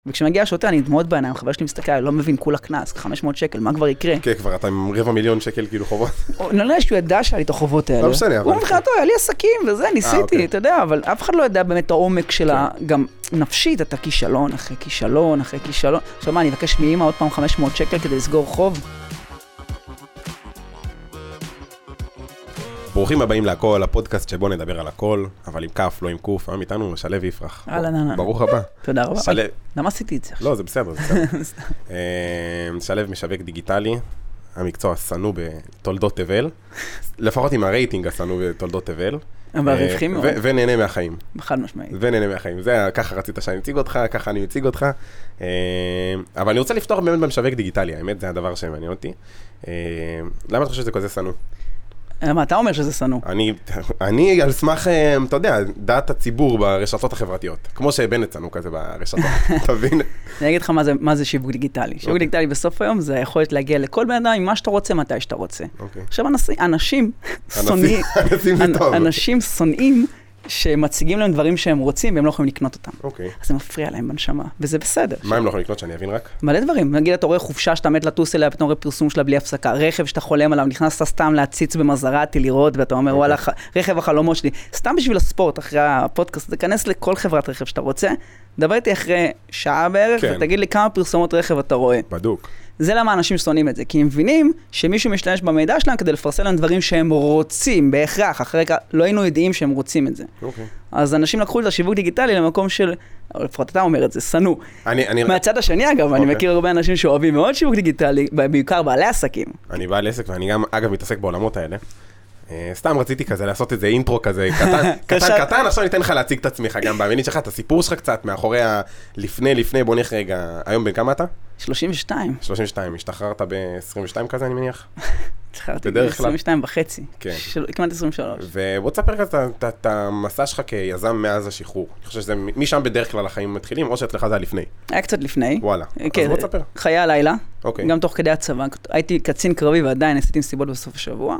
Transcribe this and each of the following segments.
וכשמגיע השוטר, אני מאוד בעיניים, חבר שלי מסתכל, לא מבין, כולה קנס, 500 שקל, מה כבר יקרה? כן, כבר אתה עם 250,000 שקל כאילו חובות. נראה לי שהוא ידע שהיה לי את החובות האלה. לא משנה, אבל... הוא מבחינתו, היה לי עסקים וזה, ניסיתי, אתה יודע, אבל אף אחד לא ידע באמת העומק שלה, גם נפשית, אתה כישלון אחרי כישלון אחרי כישלון. עכשיו מה, אני אבקש מאמא עוד פעם 500 שקל כדי לסגור חוב? ברוכים הבאים להכל, הפודקאסט שבו נדבר על הכל, אבל עם כף, לא עם קוף, היום איתנו שלו יפרח. ברוך הבא. תודה רבה. למה עשיתי את זה? לא, זה בסדר, זה בסדר. שלו משווק דיגיטלי, המקצוע סנו בתולדות תבל, לפחות עם הרייטינג הסנו בתולדות תבל. אבל רווחים מאוד. ונהנה מהחיים. חד משמעית. ונהנה מהחיים. זה, ככה רצית שאני אציג אותך, ככה אני אציג אותך. אבל אני רוצה לפתוח באמת במשווק דיגיטלי, האמת, זה הדבר שמעניין אותי. למה אתה חושב שזה כזה סנו? מה, אתה אומר שזה סנו? אני על סמך, אתה יודע, דעת הציבור ברשתות החברתיות. כמו שבנט סנו כזה ברשתות, תבין? אני אגיד לך מה זה שיווק דיגיטלי. שיווק דיגיטלי בסוף היום זה היכולת להגיע לכל בן אדם עם מה שאתה רוצה, מתי שאתה רוצה. עכשיו, אנשים שונאים שמציגים להם דברים שהם רוצים והם לא יכולים לקנות אותם. אז זה מפריע להם בנשמה, וזה בסדר. מה הם לא יכולים לקנות שאני אבין רק? מלא דברים. נגיד, אתה רואה חופשה שאתה מת לטוס אליה, פתאום רואה פרסום שלה בלי הפסקה, רכב שאתה חולם עליו, נכנסת סתם להציץ במזרטי לראות, ואתה אומר, וואלה, רכב החלומות שלי. סתם בשביל הספורט, אחרי הפודקאסט, תכנס לכל חברת רכב שאתה רוצה, דבר איתי אחרי שעה בערך, ותגיד לי כמה פרסומות רכב אתה רואה. בדוק. זה למה אנשים שונאים את זה, כי הם מבינים שמישהו משתמש במידע שלהם כדי לפרסם להם דברים שהם רוצים, בהכרח, אחרי לא היינו יודעים שהם רוצים את זה. אז אנשים לקחו את השיווק דיגיטלי למקום של, לפחות אתה אומר את זה, סנו. מהצד השני אגב, אני מכיר הרבה אנשים שאוהבים מאוד שיווק דיגיטלי, בעיקר בעלי עסקים. אני בעל עסק ואני גם אגב מתעסק בעולמות האלה. סתם רציתי כזה לעשות איזה אינטרו כזה קטן, עכשיו ניתן לך להציג את עצמך גם באמינית שלך, את הסיפור שלך קצת מאחורי לפני, בוא נלך רגע, היום בין כמה אתה? 32. 32, השתחררת ב-22 כזה אני מניח? השתחררתי ב-22 וחצי, כמעט 23. ובוא תספר כזה את המסע שלך כיזם מאז השחרור. אני חושב שזה משם בדרך כלל החיים מתחילים, או שאצלך זה היה לפני? היה קצת לפני. וואלה, אז בוא תספר. חיי הלילה, גם תוך כדי הצבא. הייתי קצין קרבי ועדיין עשיתי מסיבות בסוף השבוע.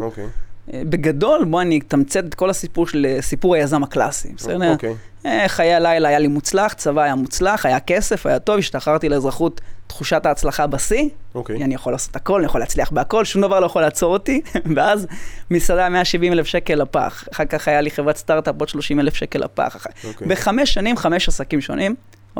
בגדול, בוא אני אתמצת את כל הסיפור של סיפור היזם הקלאסי, בסדר? חיי הלילה היה לי מוצלח, צבא היה מוצלח, היה כסף, היה טוב, השתחררתי לאזרחות, תחושת ההצלחה בשיא, אני יכול לעשות הכל, אני יכול להצליח בהכל, שום דבר לא יכול לעצור אותי, ואז מסעדה 170,000 שקל לפח, אחר כך היה לי חברת סטארט-אפ עוד 30,000 שקל לפח, ב5 שנים, 5 עסקים שונים,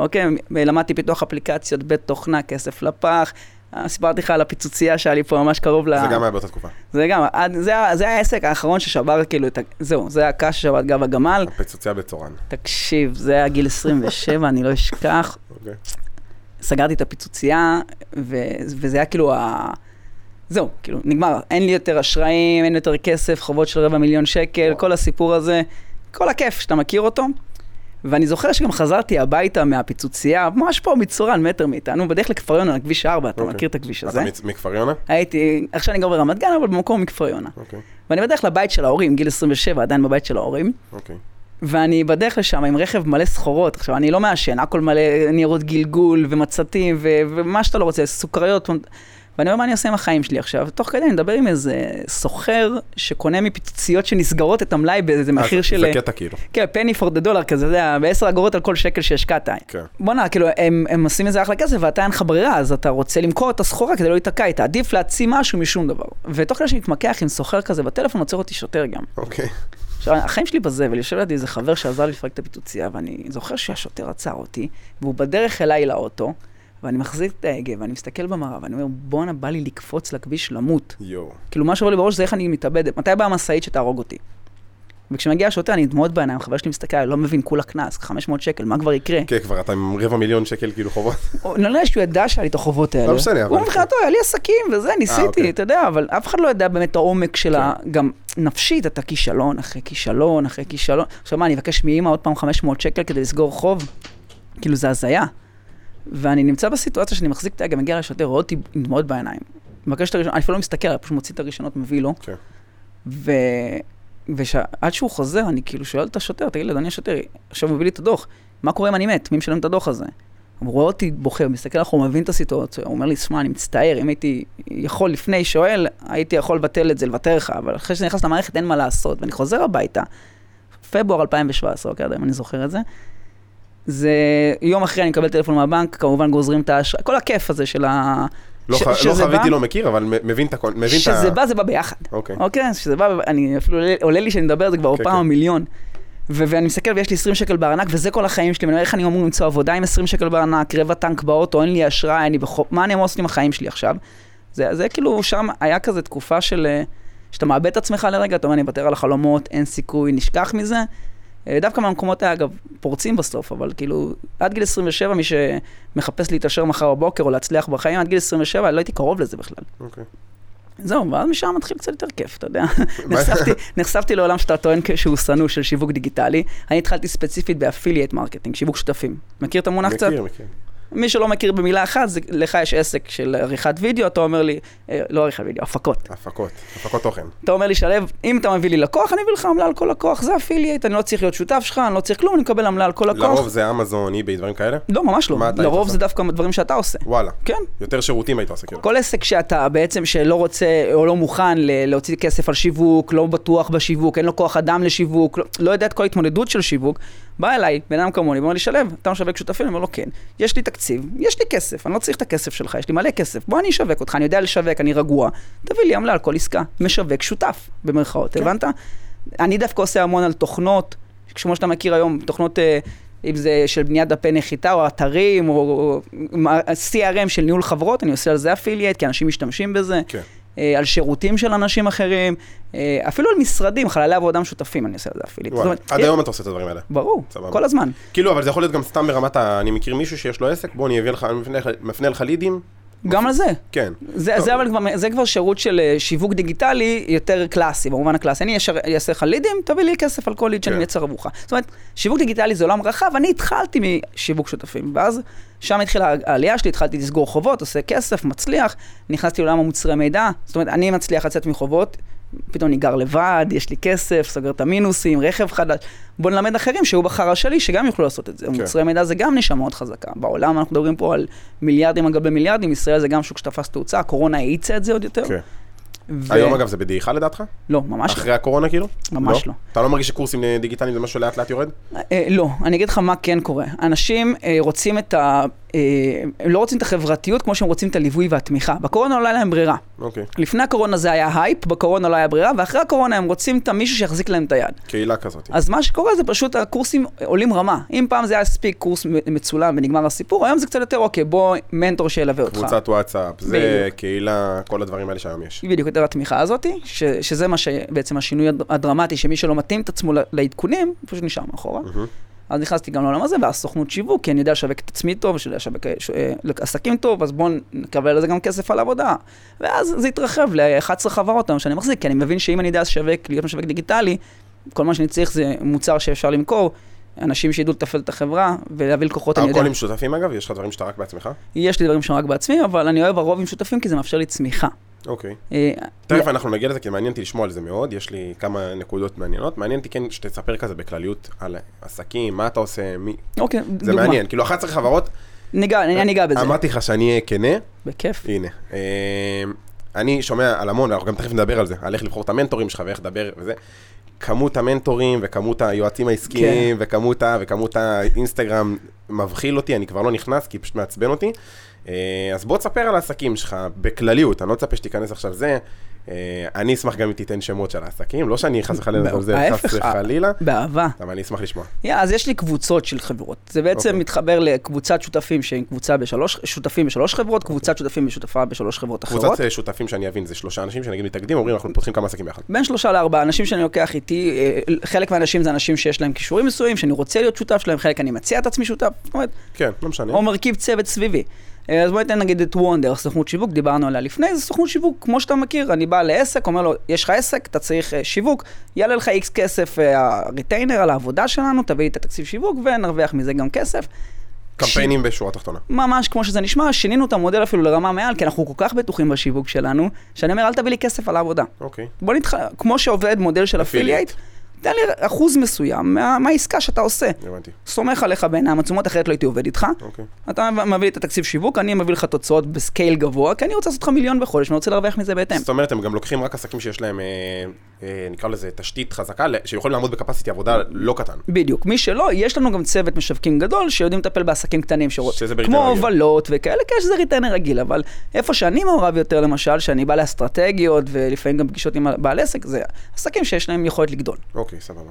למדתי פיתוח אפליקציות, בית תוכנה, כסף לפח, סיפרתי לך על הפיצוצייה שהיה לי פה ממש קרוב זה גם היה באותה תקופה. זה גם, זה העסק האחרון ששבר כאילו, זהו, זה הקש ששבר את גב הגמל. הפיצוצייה בצורן. תקשיב, זה היה גיל 27, אני לא אשכח. סגרתי את הפיצוצייה, וזה היה כאילו, זהו, כאילו, נגמר. אין לי יותר אשראים, אין יותר כסף, חובות של 250,000 שקל, כל הסיפור הזה, כל הכיף שאתה מכיר אותו. ואני זוכר שגם חזרתי הביתה מהפיצוצייה, ממש פה מצורן, מטר מאיתנו, בדרך לכפר יונה, לכביש 4, אתה מכיר את הכביש הזה? אתה מכפר יונה? הייתי, עכשיו אני גר ברמת גן, אבל במקום מכפר יונה. ואני בדרך לבית של ההורים, גיל 27, עדיין בבית של ההורים. ואני בדרך לשם עם רכב מלא סחורות, עכשיו אני לא מעשן, הכל מלא ניירות גלגול ומצתים ומה שאתה לא רוצה, סוכריות. ואני אומר, מה אני עושה עם החיים שלי עכשיו? תוך כדי אני מדבר עם איזה סוחר שקונה מפיצוציות שנסגרות את המלאי באיזה מחיר של... זה קטע כאילו. כן, penny for the dollar כזה, זה היה ב10 אגורות על כל שקל שהשקעת. בוא'נה, כאילו, הם עושים את זה אחלה כסף, ואתה אין לך ברירה, אז אתה רוצה למכור את הסחורה כדי לא להתקע איתה, עדיף להציע משהו משום דבר. ותוך כדי שאני מתמקח עם סוחר כזה בטלפון, עוצר אותי שוטר גם. אוקיי. עכשיו, החיים שלי בזבל, יושב לידי איזה חבר שעזר לי לפרק את הפיצוצייה, ואני זוכר שהשוטר עצר אותי, והוא בדרך אליי לאוטו, ואני מחזיק את ההגה, ואני מסתכל במראה, ואני אומר, בואנה, בא לי לקפוץ לכביש, למות. כאילו, מה שעובר לי בראש זה איך אני מתאבד. מתי באה המשאית שתהרוג אותי? וכשמגיע השוטר, אני מאוד בעיניים, חבר שלי מסתכל, לא מבין, כולה קנס, 500 שקל, מה כבר יקרה? כן, כבר אתה עם 250,000 שקל כאילו חובות. נראה לי שהוא ידע שהיה לי את החובות האלה. לא משנה, אבל... הוא מבחינתו, היה לי עסקים וזה, ניסיתי, אתה יודע, אבל אף אחד לא ידע באמת העומק שלה, גם נפשית, אתה כישלון אחרי כישלון אחרי כישלון. עכשיו מה, אני אבקש מאמא עוד פעם 500 שקל כדי לסגור חוב? כאילו, זה הזיה. ואני נמצא בסיטואציה שאני מחזיק את ההגה, מגיע לשוטר, רואה אותי מאוד בעיניים. מבקש את הראשון, אני אפילו לא מסתכל, אני פשוט מוציא את הראשונות, מביא לו. ועד שהוא חוזר, אני כאילו שואל את השוטר, תגיד לי, אדוני השוטר, עכשיו הוא מביא לי את הדוח, מה קורה אם אני מת? מי משלם את הדוח הזה? הוא רואה אותי בוחר, מסתכל לך, הוא מבין את הסיטואציה, הוא אומר לי, שמע, אני מצטער, אם הייתי יכול לפני שואל, הייתי יכול לבטל את זה, לוותר לך, אבל אחרי שאני נכנס למערכת, אין מה לעשות. ואני חוזר הביתה, פברואר 2017, אוקיי, אני זוכר את זה, זה יום אחרי אני מקבל טלפון מהבנק, כמובן גוזרים את האשראי, כל הכיף הזה של ה... לא חוויתי, לא מכיר, אבל מבין את הכל. שזה בא, זה בא ביחד. אוקיי? שזה בא, אני אפילו עולה לי שאני מדבר, זה כבר פעם המיליון. ואני מסתכל ויש לי 20 שקל בארנק, וזה כל החיים שלי, איך אני אמור למצוא עבודה עם 20 שקל בארנק, רבע טנק באוטו, אין לי אשראי, מה אני אמור לעשות עם החיים שלי עכשיו? זה כאילו, שם היה כזה תקופה של, שאתה מאבד את עצמך לרגע, אתה אומר, אני אוותר על החלומות, אין סיכוי, נשכח מזה. דווקא מהמקומות היה, אגב, פורצים בסוף, אבל כאילו, עד גיל 27, מי שמחפש להתעשר מחר בבוקר או להצליח בחיים, עד גיל 27, לא הייתי קרוב לזה בכלל. אוקיי. זהו, ואז משם מתחיל קצת יותר כיף, אתה יודע. נחשפתי לעולם שאתה טוען שהוא סנוע של שיווק דיגיטלי. אני התחלתי ספציפית באפילייט מרקטינג, שיווק שותפים. מכיר את המונח קצת? מכיר. מי שלא מכיר במילה אחת, לך יש עסק של עריכת וידאו, אתה אומר לי, לא עריכת וידאו, הפקות. הפקות תוכן. אתה אומר לי, שלב, אם אתה מביא לי לקוח, אני אביא לך עמלה על כל לקוח, זה אפילייט, אני לא צריך להיות שותף שלך, אני לא צריך כלום, אני מקבל עמלה על כל לקוח. לרוב זה אמזון, eBay, דברים כאלה? לא, ממש לא. לרוב זה דווקא דברים שאתה עושה. וואלה. כן. יותר שירותים היית עושה כאילו. כל עסק שאתה בעצם שלא רוצה או לא מוכן להוציא כסף על שיווק, לא בטוח בשיווק, אין לו כוח אדם לשיווק, לא יודע את כל התמודדות של שיווק, בא אליי, בן אדם כמוני, ואומר לי, שלב, אתה משווק שותפים? אני אומר לו, כן. יש לי תקציב, יש לי כסף, אני לא צריך את הכסף שלך, יש לי מלא כסף. בוא אני אשווק אותך, אני יודע לשווק, אני רגוע. תביא לי עמלה על כל עסקה. משווק שותף, במרכאות, הבנת? אני דווקא עושה המון על תוכנות, כמו שאתה מכיר היום, תוכנות, אם זה של בניית דפי נחיתה, או אתרים, או CRM של ניהול חברות, אני עושה על זה אפילייט, כי אנשים משתמשים בזה. כן. על שירותים של אנשים אחרים, אפילו על משרדים, חללי עבודה משותפים, אני עושה על זה אפילייט. עד היום אתה עושה את הדברים האלה. ברור, כל הזמן. כאילו, אבל זה יכול להיות גם סתם ברמת, אני מכיר מישהו שיש לו עסק, בוא אני אביא לך, מפנה לך לידים. גם על זה. כן. זה כבר שירות של שיווק דיגיטלי יותר קלאסי, במובן הקלאסי. אני אעשה לך לידים, תביא לי כסף על כל ליד שאני מייצר עבורך. זאת אומרת, שיווק דיגיטלי זה עולם רחב, אני התחלתי משיווק שותפים, ואז שם התחילה העלייה שלי, התחלתי לסגור חובות, עושה כסף, מצליח, נכנסתי לעולם המוצרי מידע, זאת אומרת, אני מצליח לצאת מחובות, פתאום אני גר לבד, יש לי כסף, סוגר את המינוסים, רכב חדש, בוא נלמד אחרים שהוא בחרה שלי, שגם יוכלו לעשות את זה. מוצרי מידע זה גם נשמה מאוד חזקה. בעולם אנחנו מדברים פה על מיליארדים על גבי מיליארדים, ישראל זה גם שוק שתפס תאוצה, הקורונה האיצה את זה עוד יותר. היום אגב זה בדעיכה לדעתך? לא, ממש לא. אחרי הקורונה כאילו? ממש לא. אתה לא מרגיש שקורסים דיגיטליים זה משהו לאט לאט יורד? לא, אני אגיד לך מה כן קורה. אנשים רוצים הם לא רוצים את החברתיות כמו שהם רוצים את הליווי והתמיכה. בקורונה לא היה להם ברירה. לפני הקורונה זה היה הייפ, בקורונה לא היה ברירה, ואחרי הקורונה הם רוצים את מישהו שיחזיק להם את היד. קהילה כזאת. אז מה שקורה זה פשוט הקורסים עולים רמה. אם פעם זה היה ספיק קורס מצולם ונגמר הסיפור, היום זה קצת יותר אוקיי, בוא מנטור שילווה אותך. קבוצת וואטסאפ, זה קהילה, כל הדברים האלה שהיום יש. בדיוק יותר התמיכה הזאת, שזה מה שבעצם השינוי הדרמטי, שמי שלא מתאים את עצמו לעדכונים, פשוט נשאר מאחורה. אז נכנסתי גם לעולם הזה, והסוכנות שיווק, כי אני יודע לשווק את עצמי טוב, ושאני יודע לשווק עסקים טוב, אז בואו נקבל לזה גם כסף על העבודה. ואז זה יתרחב ל-11 חברות שאני מחזיק, כי אני מבין שאם אני יודע להיות משווק דיגיטלי, כל מה שאני צריך זה מוצר שאפשר למכור, אנשים שידעו לתפעל את החברה, ולהביא לקוחות, אני יודע. הכל עם שותפים אגב? יש לך דברים שאתה רק בעצמך? יש לי דברים שרק בעצמי, אבל אני אוהב הרוב עם שותפים, כי זה מאפשר לי צמיחה. אוקיי. תכף אנחנו נגיע לזה, כי מעניין אותי לשמוע על זה מאוד, יש לי כמה נקודות מעניינות, מעניין אותי כן שתספר כזה בכלליות על עסקים, מה אתה עושה, מי... אוקיי, זה מעניין, כאילו 11 חברות... אני ניגע בזה. אמרתי לך שאני אהיה כנה. בכיף. הנה. אני שומע על המון, אנחנו גם תכף נדבר על זה, על איך לבחור את המנטורים שלך ואיך לדבר וזה. כמות המנטורים וכמות היועצים העסקיים וכמות האינסטגרם מבחיל אותי, אני כבר לא נכנס כי פשוט מעצבן אותי. אז בוא תספר על העסקים שלך בכלליות, אני לא תצפה שתיכנס עכשיו זה, אני אשמח גם אם תיתן שמות של העסקים, לא שאני חס וחלילה על זה, חס וחלילה. באהבה. אבל אני אשמח לשמוע. אז יש לי קבוצות של חברות, זה בעצם מתחבר לקבוצת שותפים שהיא קבוצה שותפים בשלוש חברות, קבוצת שותפים בשותפה בשלוש חברות אחרות. קבוצת שותפים שאני אבין, זה 3 אנשים שנגיד מתאגדים, אומרים אנחנו פותחים כמה עסקים ביחד. בין 3 ל4 אנשים שאני לוקח איתי, חלק מהאנשים זה אנשים שיש להם כישורים מסוימים, שאני רוצה להיות שותף שלהם, חלק אני מציע את עצמי שותף, כן, לא משנה. או מרכיב צוות סביבי. אז בוא ניתן נגיד את וונדר, סוכנות שיווק, דיברנו עליה לפני, זה סוכנות שיווק, כמו שאתה מכיר, אני בא לעסק, אומר לו, יש לך עסק, אתה צריך שיווק, יעלה לך X כסף הריטיינר על העבודה שלנו, תביא לי את התקציב שיווק ונרוויח מזה גם כסף. קמפיינים בשורה תחתונה. ממש כמו שזה נשמע, שינינו את המודל אפילו לרמה מעל, כי אנחנו כל כך בטוחים בשיווק שלנו, שאני אומר, אל תביא לי כסף על העבודה. אוקיי. בוא כמו שעובד מודל של אפילייט, תן לי אחוז מסוים מהעסקה שאתה עושה. הבנתי. סומך עליך בעיניים עצומות, אחרת לא הייתי עובד איתך. אתה מביא את התקציב שיווק, אני מביא לך תוצאות בסקייל גבוה, כי אני רוצה לעשות לך 1,000,000 בחודש, ואני רוצה להרוויח מזה בהתאם. זאת אומרת, הם גם לוקחים רק עסקים שיש להם, נקרא לזה, תשתית חזקה, שיכולים לעמוד בקפסיטי עבודה לא קטן. בדיוק. מי שלא, יש לנו גם צוות משווקים גדול, שיודעים לטפל בעסקים קטנים, כמו הובלות וכאלה, שזה ריטרנר רגיל, אבל איפה שאני מעורב יותר, למשל, שאני בא לאסטרטגיות ולפעמים גם פגישות עם בעל עסק, זה עסקים שיש להם יכולת לגדול. אוקיי, סבבה.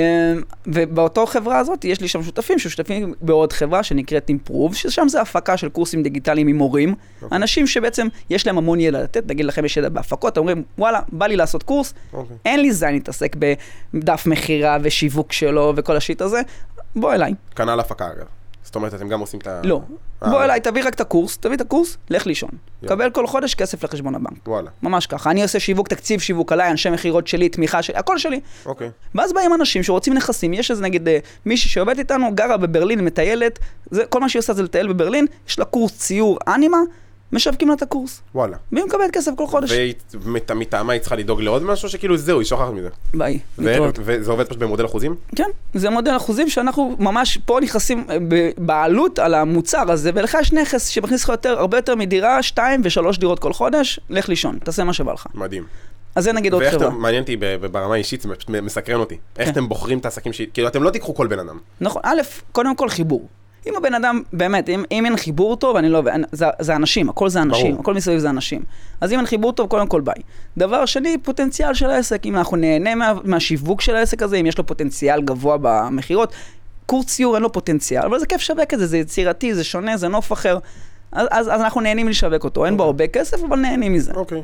ובאותו חברה הזאת יש לי שם שותפים ששותפים בעוד חברה שנקראת Improve, ששם זה הפקה של קורסים דיגיטליים עם מורים, אנשים שבעצם יש להם המון ידע לתת, נגיד לכם יש ידע בהפקות, אומרים, וואלה, בא לי לעשות קורס, אין לי זין להתעסק בדף מחירה ושיווק שלו וכל השיט הזה, בוא אליי. כנ"ל הפקה אגב. זאת אומרת, אתם גם עושים את ה... לא. בוא אליי, תביא רק את הקורס, תביא את הקורס, לך לישון. קבל כל חודש כסף לחשבון הבנק. וואלה. ממש ככה. אני עושה שיווק, תקציב שיווק עליי, אנשי מחירות שלי, תמיכה שלי, הכל שלי. אוקיי. ואז באים אנשים שרוצים נכסים, יש איזה נגיד מישהי שעובדת איתנו, גרה בברלין, מטיילת, כל מה שהיא עושה זה לטייל בברלין, יש לה קורס ציור אנימה, משווקים לה את הקורס. וואלה. והיא מקבלת כסף כל חודש. ומטעמה היא צריכה לדאוג לעוד משהו שכאילו זהו, היא שוכחת מזה. ביי. וזה עובד פשוט במודל אחוזים? כן, זה מודל אחוזים שאנחנו ממש פה נכנסים בעלות על המוצר הזה, ולך יש נכס שמכניס לך הרבה יותר מדירה, 2 ו3 דירות כל חודש, לך לישון, תעשה מה שבא לך. מדהים. אז זה נגיד עוד חברה. מעניין אותי ברמה אישית, זה מסקרן אותי. איך אתם בוחרים את העסקים כאילו אתם לא תיקחו כל בן אדם. נכון, א', קודם כל חיבור. אם הבן אדם, באמת, אם אין חיבור טוב, אני לא, זה אנשים, הכל זה אנשים, הכל מסביב זה אנשים. אז אם אין חיבור טוב, קודם כל ביי. דבר שני, פוטנציאל של העסק, אם אנחנו נהנה מהשיווק של העסק הזה, אם יש לו פוטנציאל גבוה במחירות, קורס ציור אין לו פוטנציאל, אבל זה כיף לשווק את זה, זה יצירתי, זה שונה, זה נוף אחר. אז אנחנו נהנים לשווק אותו, אין בו הרבה כסף, אבל נהנים מזה. אוקיי.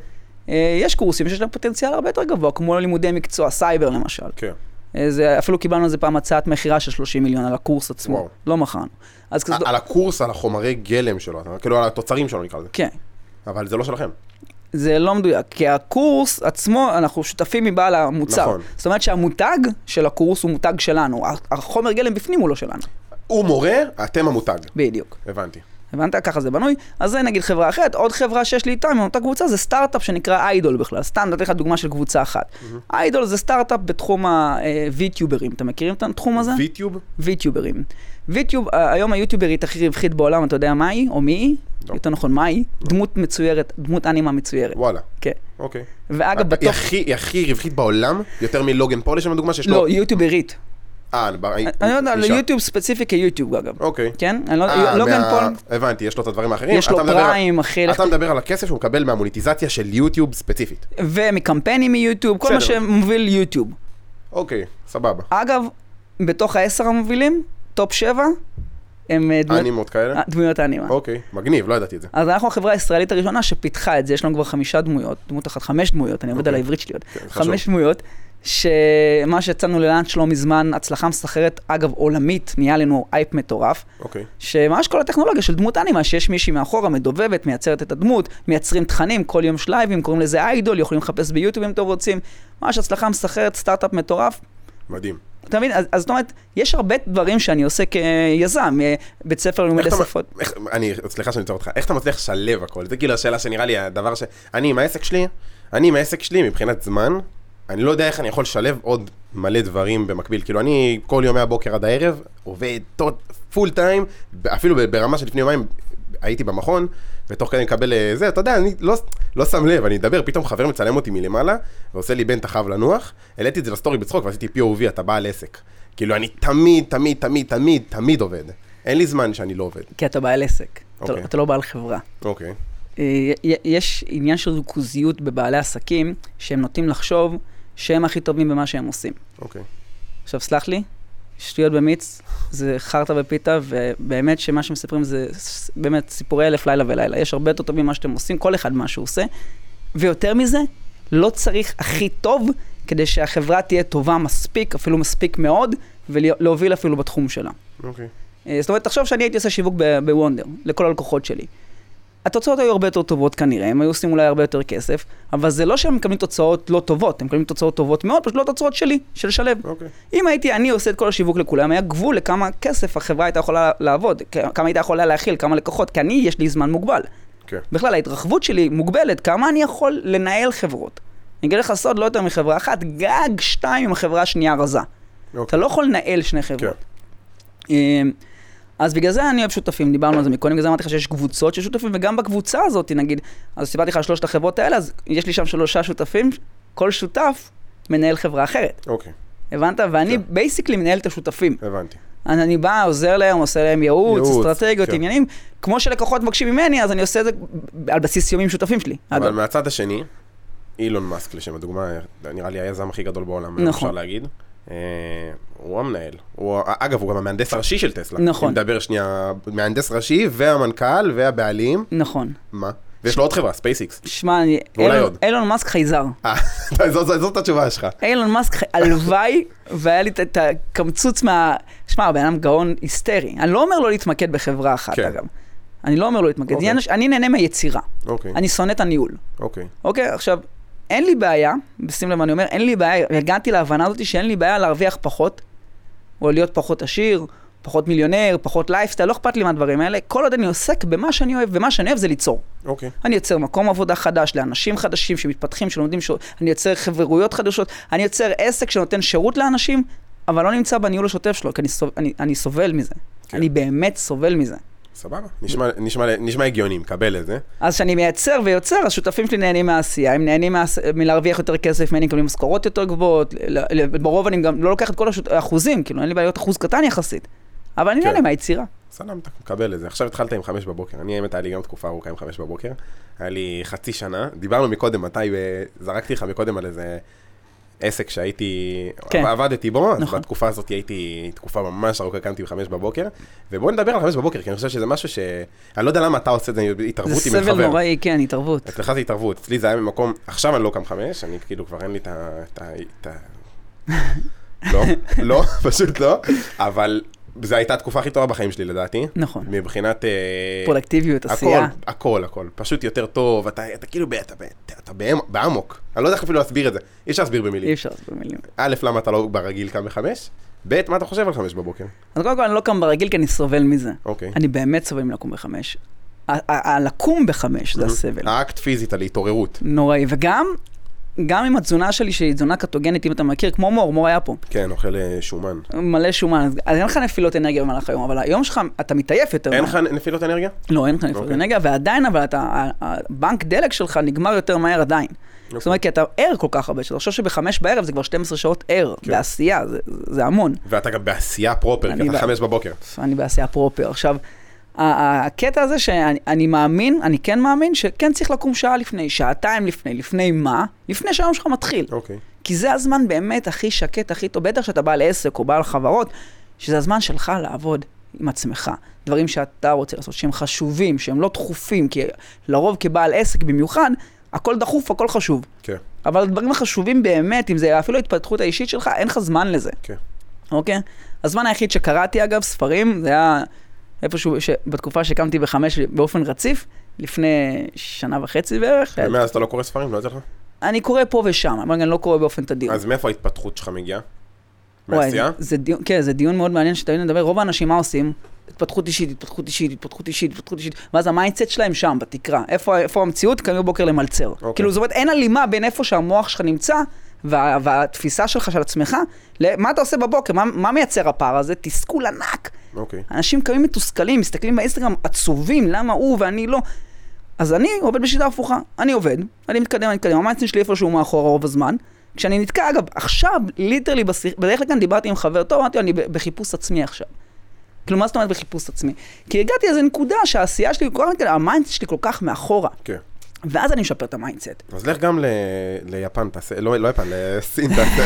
יש קורסים שיש להם פוטנציאל הרבה יותר גבוה, כמו לימודי מקצוע, סייבר למשל. כן. אפילו קיבלנו איזה פעם הצעת מחירה של 30 מיליון על הקורס עצמו. לא מכרנו. על הקורס, על החומרי גלם שלו, כאילו על התוצרים שלו נקרא לזה. כן. אבל זה לא שלכם. זה לא מדויק, כי הקורס עצמו, אנחנו שותפים מבעל המוצר. נכון. זאת אומרת שהמותג של הקורס הוא מותג שלנו. החומר גלם בפנים הוא לא שלנו. הוא מורה, אתם המותג. בדיוק. הבנתי. הבנת? ככה זה בנוי. אז זה נגיד חברה אחרת. עוד חברה שיש לי איתה, מאותה קבוצה, זה סטארט-אפ שנקרא איידול בכלל. סתם, נתתי לך דוגמה של קבוצה אחת. איידול זה סטארט-אפ בתחום הוויטיוברים. אתם מכירים את התחום הזה? ויטיוב? ויטיוברים. ויטיוב, היום היוטיוברית הכי רווחית בעולם, אתה יודע מה היא? או מי היא? יותר נכון, מה היא? דמות מצוירת, דמות אנימה מצוירת. וואלה. כן. אוקיי. ואגב, בתוך... היא הכי רווחית בעולם? יותר מלוגן פול, יש שם דוגמה שיש לו... לא, יוטיוברית. אני לא יודע, ליוטיוב ספציפי כיוטיוב אגב. אוקיי. כן? לוגן פול... הבנתי, יש לו את הדברים האחרים. יש לו פריים, אחי. אתה מדבר על הכסף שהוא מקבל מהמוניטיזציה של יוטיוב ספציפית. ומקמפיינים מיוטיוב, כל מה שמוביל יוטיוב. אוקיי, סבבה. אגב, בתוך 10 המובילים, טופ 7, הם אנימות כאלה? דמויות האנימה. אוקיי, מגניב, לא ידעתי את זה. אז אנחנו החברה הישראלית הראשונה שפיתחה את זה, יש לנו כבר 5 דמויות, דמות אחת, 5 דמויות, אני עובד על העברית שלי עוד. 5 דמויות, שמה שיצאנו ללאנץ' לא מזמן, הצלחה מסחררת, אגב עולמית, נהיה לנו אייפ מטורף, שממש כל הטכנולוגיה של דמות אנימה, שיש מישהי מאחורה, מדובבת, מייצרת את הדמות, מייצרים תכנים, כל יום שלייבים, קוראים לזה איידול, יכולים לחפש ביוטיוב אם אתם רוצים, ממש הצלחה מסחררת, סטארט-אפ מטורף. מדהים. אתה מבין? אז זאת אומרת, יש הרבה דברים שאני עושה כיזם, בית ספר ללמוד לשפות. סליחה שאני אצור אותך, איך אתה מצליח לשלב הכל? זה כאילו השאלה שנראה לי, הדבר אני עם העסק שלי מבחינת זמן, אני לא יודע איך אני יכול לשלב עוד מלא דברים במקביל. כאילו אני כל יום מהבוקר עד הערב עובד פול טיים, אפילו ברמה של לפני יומיים הייתי במכון, ותוך כדי מקבל זה, אתה יודע, אני לא שם לב, אני אדבר, פתאום חבר מצלם אותי מלמעלה, ועושה לי בן תחב לנוח, העליתי את זה לסטורי בצחוק, ועשיתי POV, אתה בעל עסק. כאילו אני תמיד עובד. אין לי זמן שאני לא עובד. כי אתה בעל עסק, אתה לא בעל חברה. אוקיי. יש עניין של ריכוזיות בבעלי עסקים, שהם נוטים לחשוב שהם הכי טובים במה שהם עושים. אוקיי. עכשיו, סלח לי, שטויות במיץ, זה חרטה ופיתה, ובאמת שמה שמספרים זה באמת סיפורי אלף לילה ולילה. יש הרבה יותר טובים ממה שאתם עושים, כל אחד מה שהוא עושה. ויותר מזה, לא צריך הכי טוב, כדי שהחברה תהיה טובה מספיק, אפילו מספיק מאוד, ולהוביל אפילו בתחום שלה. אוקיי. זאת אומרת, תחשוב שאני הייתי עושה שיווק בוונדר, לכל הלקוחות שלי. התוצאות היו הרבה יותר טובות כנראה, הם היו עושים אולי הרבה יותר כסף, אבל זה לא שהם מקבלים תוצאות לא טובות, הם מקבלים תוצאות טובות מאוד, פשוט לא תוצאות שלי, של שלב. אם אני עושה את כל השיווק לכולם, היה גבול לכמה כסף החברה הייתה יכולה לעבוד, כמה הייתה יכולה להכיל, כמה לקוחות, כי יש לי זמן מוגבל. בכלל, ההתרחבות שלי מוגבלת, כמה אני יכול לנהל חברות. אני אגיד לך סוד, לא יותר מחברה אחת, גג 2 עם החברה השנייה רזה. אתה לא יכול לנהל שני חברות. אז בגלל זה אני אוהב שותפים, דיברנו על זה מקודם, בגלל זה אמרתי לך שיש קבוצות של שותפים, וגם בקבוצה הזאת, נגיד, אז סיפרתי לך על 3 החברות האלה, אז יש לי שם 3 שותפים, כל שותף מנהל חברה אחרת. אוקיי. הבנת? ואני בייסיקלי מנהל את השותפים. הבנתי. אני בא, עוזר להם, עושה להם ייעוץ, אסטרטגיות, עניינים. כמו שלקוחות מבקשים ממני, אז אני עושה את זה על בסיס יומים שותפים שלי. אבל מהצד השני, אילון מאסק, לשם הדוגמה, נראה לי היזם הכי גדול בעולם, אפשר להגיד. הוא המנהל. אגב, הוא גם המהנדס הראשי של טסלה. נכון. אם נדבר שנייה, מהנדס ראשי והמנכ"ל והבעלים. נכון. מה? ויש לו עוד חברה, SpaceX. שמע, אילון מאסק חייזר. זאת התשובה שלך. אילון מאסק הלוואי, והיה לי את הקמצוץ שמע, הבן אדם גאון היסטרי. אני לא אומר לו להתמקד בחברה אחת, אגב. אני לא אומר לו להתמקד. אני נהנה מהיצירה. אני שונא את הניהול. אוקיי, עכשיו, אין לי בעיה, בשים לב אני אומר, אין לי בעיה, הגעתי להבנה הזאת שאין לי בעיה להרוויח פחות, או להיות פחות עשיר, פחות מיליונר, פחות לייפסטייל, לא אכפת לי מהדברים האלה, כל עוד אני עוסק במה שאני אוהב, ומה שאני אוהב זה ליצור. אני יוצר מקום עבודה חדש, לאנשים חדשים שמתפתחים, שלומדים, אני יוצר חברויות חדשות, אני יוצר עסק שנותן שירות לאנשים, אבל לא נמצא בניהול השוטף שלו, כי אני סובל מזה. אני באמת סובל מזה. סבבה, נשמע הגיוני, מקבל את זה. אז כשאני מייצר ויוצר, אז שותפים שלי נהנים מהעשייה, הם נהנים מלהרוויח יותר כסף, הם מקבלים משכורות יותר גבוהות, ברוב אני גם לא לוקח את כל האחוזים, כאילו אין לי בעיות אחוז קטן יחסית, אבל אני נהנה מהיצירה. סלמת, מקבל את זה. עכשיו התחלת עם 5 בבוקר, אני האמת היה לי גם תקופה ארוכה עם 5 בבוקר, היה לי חצי שנה, דיברנו מקודם, זרקתי לך מקודם על איזה עסק שהייתי, עבדתי בו, אז בתקופה הזאת הייתי תקופה ממש ארוכה, קמתי ב5 בבוקר, ובואו נדבר על 5 בבוקר, כי אני חושב שזה משהו אני לא יודע למה אתה עושה את זה, התערבות עם חבר. זה סבל נוראי, כן, התערבות. אצלך זה התערבות, אצלי זה היה ממקום, עכשיו אני לא קם 5, אני כאילו כבר אין לי את לא, פשוט לא, אבל זו הייתה התקופה הכי טובה בחיים שלי לדעתי. נכון. מבחינת פרודקטיביות, עשייה. הכל. פשוט יותר טוב, אתה כאילו, אתה בעמוק. אני לא יודע איך אפילו להסביר את זה. אי אפשר להסביר במילים. אי אפשר להסביר במילים. א', למה אתה לא ברגיל קם ב5? ב', מה אתה חושב על 5 בבוקר? אז קודם כל אני לא קם ברגיל כי אני סובל מזה. אוקיי. אני באמת סובל מלקום ב5. הלקום ב5 זה הסבל. האקט פיזית, על התעוררות. נוראי, גם עם התזונה שלי, שהיא תזונה קטוגנית, אם אתה מכיר, כמו מור היה פה. כן, אוכל שומן. מלא שומן, אז אין לך נפילות אנרגיה במהלך היום, אבל היום שלך, אתה מתעייף יותר. אין לך נפילות אנרגיה? לא, אין לך נפילות אנרגיה, ועדיין, אבל הבנק דלק שלך נגמר יותר מהר עדיין. זאת אומרת, כי אתה ער כל כך הרבה, שאתה חושב שב5 בערב זה כבר 12 שעות ער, בעשייה, זה המון. ואתה גם בעשייה פרופר, כי אתה 5 בבוקר. אני בעשייה פרופר. עכשיו, הקטע הזה שאני מאמין, אני כן מאמין, שכן צריך לקום שעה לפני, שעתיים לפני מה? לפני שהיום שלך מתחיל. כי זה הזמן באמת הכי שקט, הכי טוב, בטח שאתה בא לעסק או בא לחברות, שזה הזמן שלך לעבוד עם עצמך. דברים שאתה רוצה לעשות, שהם חשובים, שהם לא דחופים, כי לרוב כבעל עסק במיוחד, הכל דחוף, הכל חשוב. כן. אבל הדברים החשובים באמת, אם זה אפילו ההתפתחות האישית שלך, אין לך זמן לזה. כן. אוקיי? הזמן היחיד שקראתי, אגב, ספרים, זה היה איפשהו, בתקופה שקמתי ב5 באופן רציף, לפני 1.5 שנה בערך. ומאז אתה לא קורא ספרים? לא יודע לך? אני קורא פה ושם, אבל אני לא קורא באופן תדיר. אז מאיפה ההתפתחות שלך מגיעה? מעשייה? כן, זה דיון מאוד מעניין שתמיד נדבר. רוב האנשים מה עושים? התפתחות אישית, ואז המיינדסט שלהם שם, בתקרה. איפה המציאות? קמים בבוקר למלצר. כאילו, זאת אומרת, אין הלימה בין איפה שהמוח שלך נמצא, והתפיסה שלך של עצמך, מה אתה עושה בבוקר? מה מייצר הפער הזה? תסכול ענק. אנשים קמים מתוסכלים, מסתכלים באינסטגרם עצובים, למה הוא ואני לא. אז אני עובד בשיטה הפוכה. אני עובד, אני מתקדם. המיינדסט שלי איפשהו מאחורה רוב הזמן. כשאני נתקע, אגב, עכשיו, ליטרלי, בדרך כלל כאן דיברתי עם חבר טוב, אמרתי, אני בחיפוש עצמי עכשיו. כאילו, מה זאת אומרת בחיפוש עצמי? כי הגעתי איזו נקודה שהעשייה שלי, המיינדסט שלי כל כך מאחורה. כן. ואז אני משפר את המיינדסט. אז לך גם ליפן, לא יפן, לסין,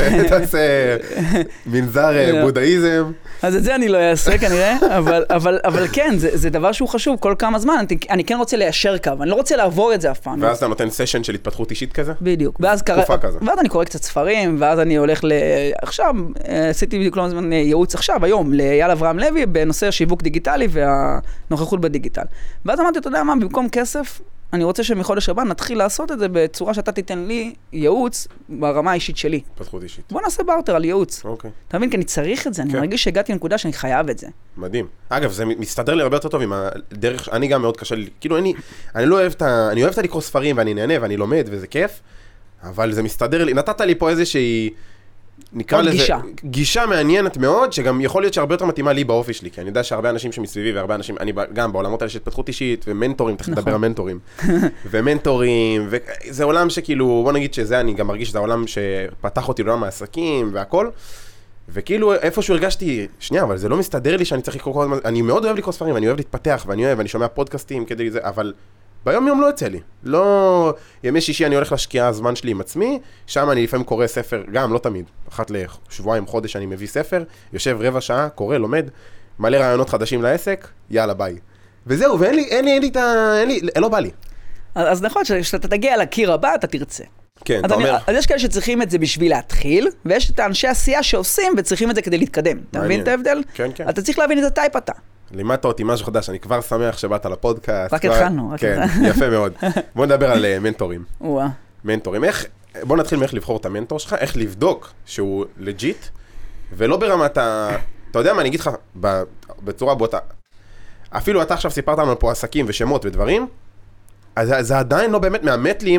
תעשה מנזר בודהיזם. אז את זה אני לא אעשה כנראה, אבל כן, זה דבר שהוא חשוב כל כמה זמן. אני כן רוצה ליישר קו, אני לא רוצה לעבור את זה אף פעם. ואז אתה נותן סשן של התפתחות אישית כזה? בדיוק. ואז אני קורא קצת ספרים, ואז אני הולך עכשיו, עשיתי בדיוק לא זמן ייעוץ עכשיו, היום, לאייל אברהם לוי, בנושא השיווק דיגיטלי והנוכחות בדיגיטל. ואז אמרתי, אתה יודע מה, במקום כסף, אני רוצה שמחודש הבא נתחיל לעשות את זה בצורה שאתה תיתן לי ייעוץ ברמה האישית שלי. התפתחות אישית. בוא נעשה בארטר על ייעוץ. אוקיי. אתה מבין? כי אני צריך את זה, אני מרגיש שהגעתי לנקודה שאני חייב את זה. מדהים. אגב, זה מסתדר לי הרבה יותר טוב עם הדרך, אני גם מאוד קשה לי, כאילו אני אוהב את לקרוא ספרים ואני נהנה ואני לומד וזה כיף, אבל זה מסתדר לי, נתת לי פה איזושהי, נקרא לזה, גישה מעניינת מאוד, שגם יכול להיות שהרבה יותר מתאימה לי באופי שלי, כי אני יודע שהרבה אנשים שמסביבי, והרבה אנשים, אני גם בעולמות האלה של התפתחות אישית, ומנטורים, תכף נדבר על מנטורים, ומנטורים, וזה עולם שכאילו, בוא נגיד שזה, אני גם מרגיש שזה העולם שפתח אותי לעולם העסקים והכל, וכאילו איפשהו הרגשתי, שנייה, אבל זה לא מסתדר לי שאני צריך לקרוא כל הזמן, אני מאוד אוהב לקרוא ספרים, ואני אוהב להתפתח, ואני שומע פודקאסטים כדי זה, אבל ביום יום לא יוצא לי. לא, ימי שישי אני הולך להשקיע הזמן שלי עם עצמי, שם אני לפעמים קורא ספר, גם לא תמיד, אחת לשבועיים, חודש אני מביא ספר, יושב רבע שעה, קורא, לומד, מלא רעיונות חדשים לעסק, יאללה ביי. וזהו, ואין לי, לא בא לי. אז נכון, כשאתה תגיע לקיר הבא, אתה תרצה. כן, אתה אומר. אז יש כאלה שצריכים את זה בשביל להתחיל, ויש את האנשי עשייה שעושים וצריכים את זה כדי להתקדם. אתה מבין את ההבדל? כן, כן. אתה צריך להבין איזה טייפ אתה. לימדת אותי משהו חדש, אני כבר שמח שבאת לפודקאסט. רק התחלנו. כן, יפה מאוד. בוא נדבר על מנטורים. מנטורים, בוא נתחיל מאיך לבחור את המנטור שלך, איך לבדוק שהוא לג'יט, ולא ברמת אתה יודע מה, אני אגיד לך בצורה בוטה, אפילו אתה עכשיו סיפרת לנו פה עסקים ושמות ודברים, אז זה עדיין לא באמת מאמת לי,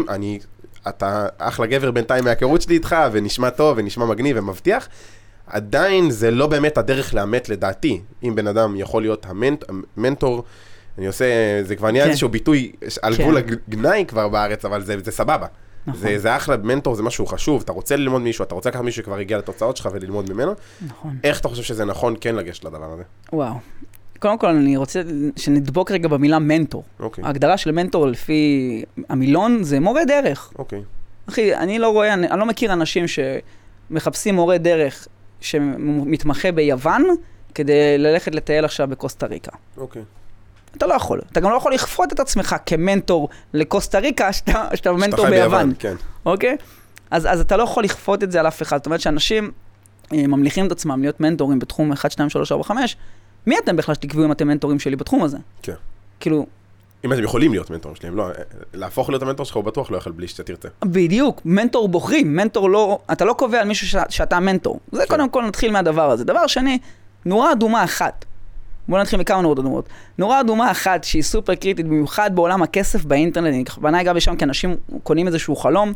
אתה אחלה גבר בינתיים מהכירות שלי איתך, ונשמע טוב ונשמע מגניב ומבטיח, עדיין זה לא באמת הדרך לאמת לדעתי, אם בן אדם יכול להיות המנטור, אני עושה, זה כבר נהיה איזשהו ביטוי על גבול הגנאי כבר בארץ, אבל זה סבבה. זה אחלה, מנטור זה משהו חשוב, אתה רוצה ללמוד מישהו, אתה רוצה לקחת מישהו שכבר הגיע לתוצאות שלך וללמוד ממנו. נכון. איך אתה חושב שזה נכון כן לגשת לדבר הזה? וואו. קודם כל אני רוצה שנדבוק רגע במילה מנטור. ההגדרה של מנטור לפי המילון זה מורה דרך. אחי, אני לא מכיר אנשים שמחפשים מורה דרך שמתמחה ביוון כדי ללכת לטייל עכשיו בקוסטה ריקה. אתה לא יכול. אתה גם לא יכול לכפות את עצמך כמנטור לקוסטה ריקה שאתה מנטור ביוון. אוקיי? אז אתה לא יכול לכפות את זה על אף אחד. זאת אומרת שאנשים ממליכים את עצמם להיות מנטורים בתחום 1, 2, 3, 4, 5. מי אתם בכלל שתקבעו אם אתם מנטורים שלי בתחום הזה? כן. כאילו... אם אתם יכולים להיות מנטורים שלהם, לא, להפוך להיות המנטור שלך הוא בטוח לא יכול בלי שאתה תרצה. בדיוק, מנטור בוחרים, מנטור לא, אתה לא קובע על מישהו שאתה מנטור. זה קודם כל נתחיל מהדבר הזה. דבר שני, נורה אדומה אחת. בואו נתחיל מכמה נורות אדומות. נורה אדומה אחת שהיא סופר קריטית, במיוחד בעולם הכסף באינטרנט, בעיניי גם בשם כי אנשים קונים איזשהו חלום,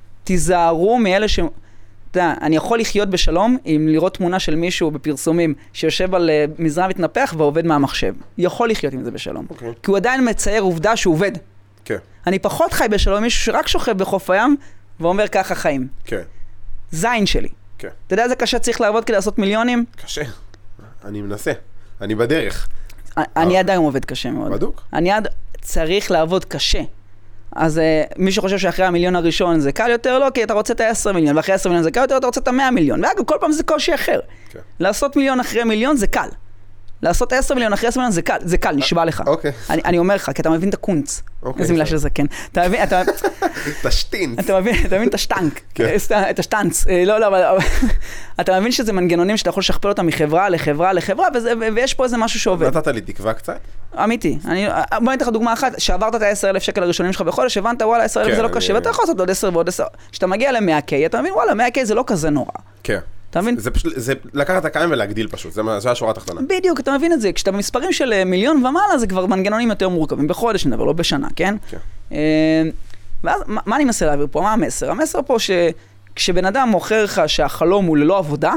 תיזהרו מאלה ש... אני יכול לחיות בשלום עם לראות תמונה של מישהו בפרסומים שיושב על מזרע מתנפח ועובד מהמחשב. יכול לחיות עם זה בשלום. כי הוא עדיין מצייר עובדה שהוא עובד. אני פחות חי בשלום מישהו שרק שוכב בחוף הים ואומר ככה חיים. זין שלי. אתה יודע איזה קשה צריך לעבוד כדי לעשות מיליונים? קשה. אני מנסה. אני בדרך. אני עדיין עובד קשה מאוד. בדוק. אני עד צריך לעבוד קשה. אז מי שחושב שאחרי המיליון הראשון זה קל יותר, לא, כי אתה רוצה את ה-10 מיליון, ואחרי 10 מיליון זה קל יותר, אתה רוצה את ה-100 מיליון. ואגב, כל פעם זה קושי אחר. לעשות מיליון אחרי מיליון זה קל. לעשות 10 מיליון אחרי 10 מיליון זה קל, נשבע לך. אני אומר לך, כי אתה מבין את הקונץ. איזה מילה שזה כן. אתה מבין, את השטינץ. אתה מבין את השטנק. את השטנץ. לא, אבל אתה מבין שזה מנגנונים שאתה יכול לשכפל אותם מחברה לחברה לחברה, ויש פה איזה משהו שעובד. נתת לי תקווה קצת? אמיתי. בוא ניתן לך דוגמה אחת, שעברת את ה-10,000 שקל הראשונים שלך בחודש, הבנת, וואלה, 10,000 זה לא קשה, ואתה יכול לעשות עוד 10 ועוד 10. כשאתה מגיע ל-100K, אתה מבין, וואלה, 100K זה לא כזה נורא. כן. אתה מבין? זה לקחת את הקיים ולהגדיל פשוט, זה השורה התחתונה. בדיוק, אתה מבין את זה. כשאתה במספרים של מיליון ומעלה, זה כבר מנגנונים יותר מורכבים. בחודש נדבר, לא בשנה, כן? כן. ואז, מה אני מנסה להעביר פה? מה המסר? המסר פה שכשבן אדם מוכר לך שהחלום הוא ללא עבודה,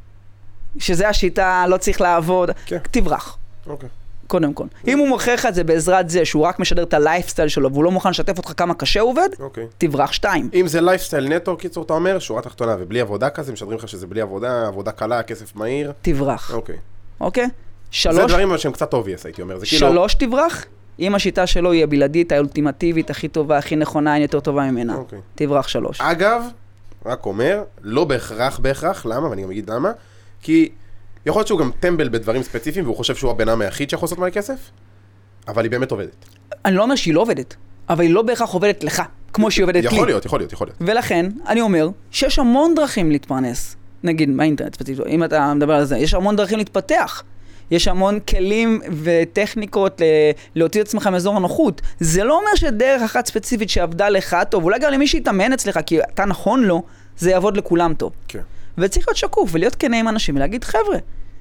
שזה השיטה, לא צריך לעבוד, תברח. אוקיי. קודם כל. אם הוא מוכר לך את זה בעזרת זה שהוא רק משדר את הלייפסטייל שלו והוא לא מוכן לשתף אותך כמה קשה הוא עובד, תברח 2. אם זה לייפסטייל נטו, קיצור, אתה אומר, שורה תחתונה ובלי עבודה כזה, משדרים לך שזה בלי עבודה, עבודה קלה, כסף מהיר. תברח. אוקיי? 3. זה דברים שהם קצת obvious, הייתי אומר. 3 תברח, אם השיטה שלו היא הבלעדית, האולטימטיבית, הכי טובה, הכי נכונה, אין יותר טובה ממנה. תברח 3. אגב, רק אומר, לא בהכרח, למה? ואני גם אגיד למה, כי יכול להיות שהוא גם טמבל בדברים ספציפיים, והוא חושב שהוא הבן אדם היחיד שיכול לעשות מלא כסף, אבל היא באמת עובדת. אני לא אומר שהיא לא עובדת, אבל היא לא בהכרח עובדת לך, כמו שהיא עובדת לי. יכול להיות. ולכן, אני אומר שיש המון דרכים להתפרנס, נגיד באינטרנט ספציפית, אם אתה מדבר על זה, יש המון דרכים להתפתח, יש המון כלים וטכניקות להוציא את עצמך מאזור הנוחות. זה לא אומר שדרך אחת ספציפית שעבדה לך טוב, אולי גם למי שיתאמן אצלך, כי אתה נכון לו, זה יעבוד לכולם טוב. כן. וצריך להיות שקוף ולהיות כנה עם אנשים ולהגיד, חבר'ה,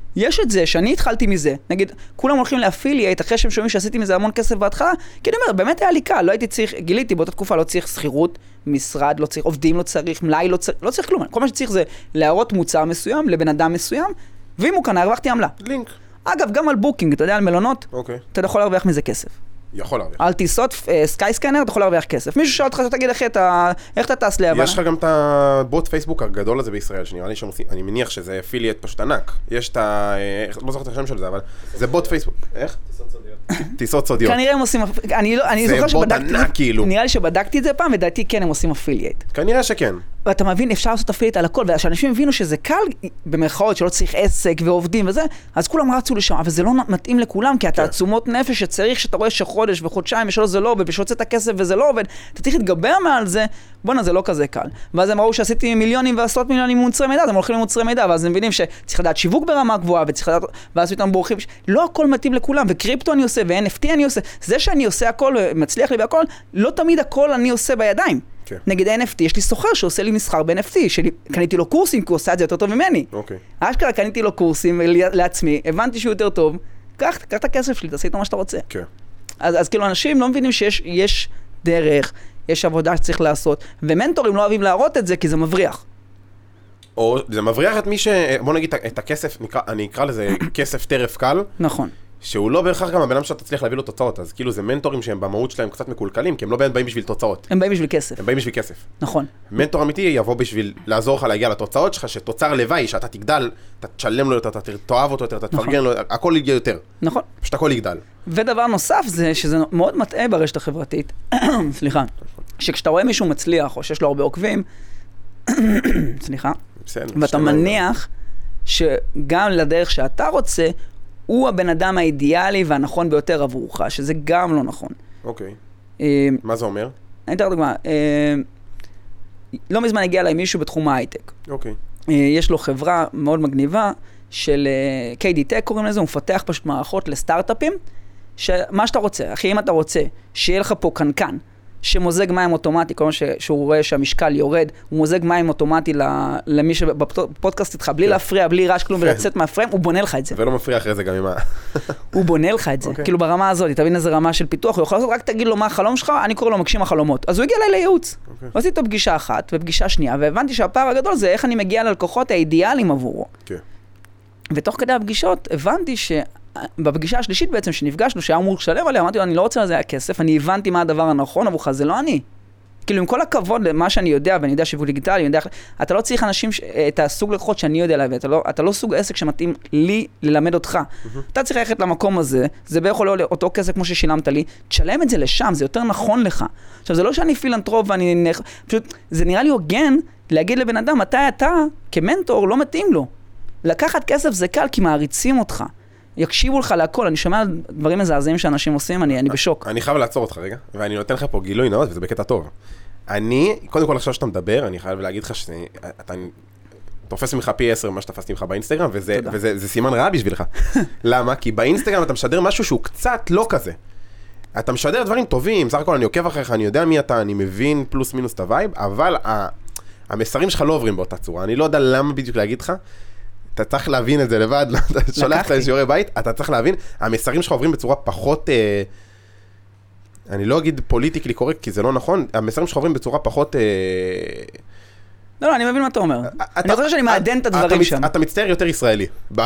יש את זה, שאני התחלתי מזה, נגיד, כולם הולכים לאפילייט, אחרי שהם שומעים שעשיתי מזה המון כסף בהתחלה, כי אני אומר, באמת היה לי קל, לא הייתי צריך, גיליתי באותה תקופה, לא צריך שכירות, משרד, לא צריך עובדים, לא צריך מלאי, לא צריך כלום, כל מה שצריך זה להראות מוצר מסוים, לבן אדם מסוים, ואם הוא קנה, הרווחתי עמלה. לינק. אגב, גם על בוקינג, אתה יודע, על מלונות, אתה יכול להרוויח מזה כסף. יכול להרוויח. על טיסות סקייסקנר, אתה יכול להרוויח כסף. מישהו שואל אותך, תגיד, איך אתה טס ליוון? יש לך גם את הבוט פייסבוק הגדול הזה בישראל, שנראה לי אני מניח שזה אפילייט פשוט ענק. יש את לא זוכר את השם של זה, אבל זה בוט פייסבוק. איך? טיסות סודיות. כנראה הם עושים, אני זוכר שבדקתי, נראה לי שבדקתי את זה פעם, ודעתי כן הם עושים אפילייט. כנראה שכן. ואתה מבין, אפשר לעשות אפילייט על הכל, ושאנשים הבינו שזה קל, במרכאות, שלא צריך עסק ועובדים וזה, אז כולם רצו לשם, אבל זה לא מתאים לכולם, כי אתה עצומות נפש שצריך, שאתה רואה שחודש וחודשיים ושלא זה לא עובד, ושהוצא את הכסף וזה לא עובד, אתה צריך להתגבר מעל זה, בוא'נה, זה לא כזה קל. ואז הם ראו שעשיתי מיליונים ועשרות מיליונים מוצרי מידע, אז הם הולכים למוצרי מידע, ואז הם מבינים שצריך לדעת שיווק ברמה גבוהה, וצריך לדעת, ואז פתאום בורחים, לא הכל מתאים לכולם, וקריפטו אני עושה, ו-NFT אני עושה. זה שאני עושה הכל, מצליח לי והכל, לא תמיד הכל אני עושה בידיים. נגיד NFT, יש לי סוחר שעושה לי מסחר ב-NFT, קניתי לו קורסים, כי הוא עושה את זה יותר טוב ממני. אשכרה קניתי לו קורסים לעצמי, הבנתי שהוא יותר טוב, קח את הכסף שלי, תעשה איתו מה שאתה רוצה. אז כאילו אנשים לא מבינים שיש דרך, יש עבודה שצריך לעשות, ומנטורים לא אוהבים להראות את זה, כי זה מבריח. או זה מבריח את מי בוא נגיד את הכסף, אני אקרא לזה כסף טרף קל. נכון. שהוא לא בהכרח גם הבן אדם שאתה תצליח להביא לו תוצאות, אז כאילו זה מנטורים שהם במהות שלהם קצת מקולקלים, כי הם לא באים בשביל תוצאות. הם באים בשביל כסף. הם באים בשביל כסף. נכון. מנטור אמיתי יבוא בשביל לעזור לך להגיע לתוצאות שלך, שתוצר לוואי, שאתה תגדל, אתה תשלם לו יותר, אתה תאהב אותו יותר, אתה תפרגן לו, הכל יגיע יותר. נכון. פשוט הכל יגדל. ודבר נוסף זה שזה מאוד מטעה ברשת החברתית. סליחה. שכשאתה רואה מישהו מצליח, או שיש לו הרבה עוקבים, סליחה. ואתה מניח שגם לדרך שאתה רוצה, הוא הבן אדם האידיאלי והנכון ביותר עבורך, שזה גם לא נכון. אוקיי. מה זה אומר? אני אתן דוגמה. לא מזמן הגיע אליי מישהו בתחום ההייטק. אוקיי. יש לו חברה מאוד מגניבה של KD Tech, קוראים לזה, הוא מפתח פשוט מערכות לסטארט-אפים, שמה שאתה רוצה, אחי, אם אתה רוצה, שיהיה לך פה קנקן, שמוזג מים אוטומטי, כל מה שהוא רואה שהמשקל יורד, הוא מוזג מים אוטומטי למי שבפודקאסט איתך, בלי להפריע, בלי רעש כלום ולצאת מהפריים, הוא בונה לך את זה. ולא מפריע אחרי זה גם עם הוא בונה לך את זה, כאילו ברמה הזאת, תבין איזה רמה של פיתוח, הוא יכול לעשות, רק תגיד לו מה החלום שלך, אני קורא לו מגשים החלומות. אז הוא הגיע אליי לייעוץ. ועשיתי איתו פגישה אחת ופגישה שנייה, והבנתי שהפער הגדול זה איך אני מגיע ללקוחות האידיאליים עבורו. ותוך כדי הפגישות הבנתי שבפגישה השלישית בעצם שנפגשנו, שהיה אמור לשלם עליה, אמרתי לו, אני לא רוצה לזה הכסף, אני הבנתי מה הדבר הנכון עבורך, זה לא אני. כאילו, עם כל הכבוד למה שאני יודע, ואני יודע שיווק דיגיטלי, אתה לא צריך אנשים, את הסוג לקוחות שאני יודע להביא, אתה לא סוג עסק שמתאים לי ללמד אותך. אתה צריך ללכת למקום הזה, זה בערך עולה אותו כסף כמו ששילמת לי, תשלם את זה לשם, זה יותר נכון לך. עכשיו, זה לא שאני פילנטרופ ואני פשוט, זה נראה לי הוגן להגיד לבן אדם, מתי אתה, כמנטור, לא מתאים לו. לקחת כסף זה קל, כי מעריצים אותך. יקשיבו לך להכל, אני שומע דברים מזעזעים שאנשים עושים, אני בשוק. אני חייב לעצור אותך רגע, ואני נותן לך פה גילוי נאות, וזה בקטע טוב. קודם כל עכשיו שאתה מדבר, אני חייב להגיד לך שאתה תופס ממך פי 10 ממה שתפסתי ממך באינסטגרם, וזה סימן רע בשבילך. למה? כי באינסטגרם אתה משדר משהו שהוא קצת לא כזה. אתה משדר דברים טובים, סך הכל אני עוקב אחריך, אני יודע מי אתה, אני מבין פלוס מינוס את הווייב, אבל המסרים שלך לא עוברים באותה צורה. אני לא יודע למה בדיוק להגיד לך, אתה צריך להבין את זה לבד, אתה שולח את שיעורי בית, אתה צריך להבין, המסרים שלך עוברים בצורה פחות, אני לא אגיד פוליטיקלי קורקט, כי זה לא נכון, המסרים שלך עוברים בצורה פחות... לא, אני מבין מה אתה אומר. אני חושב שאני מעדן את הדברים שם. אתה מצטער יותר ישראלי,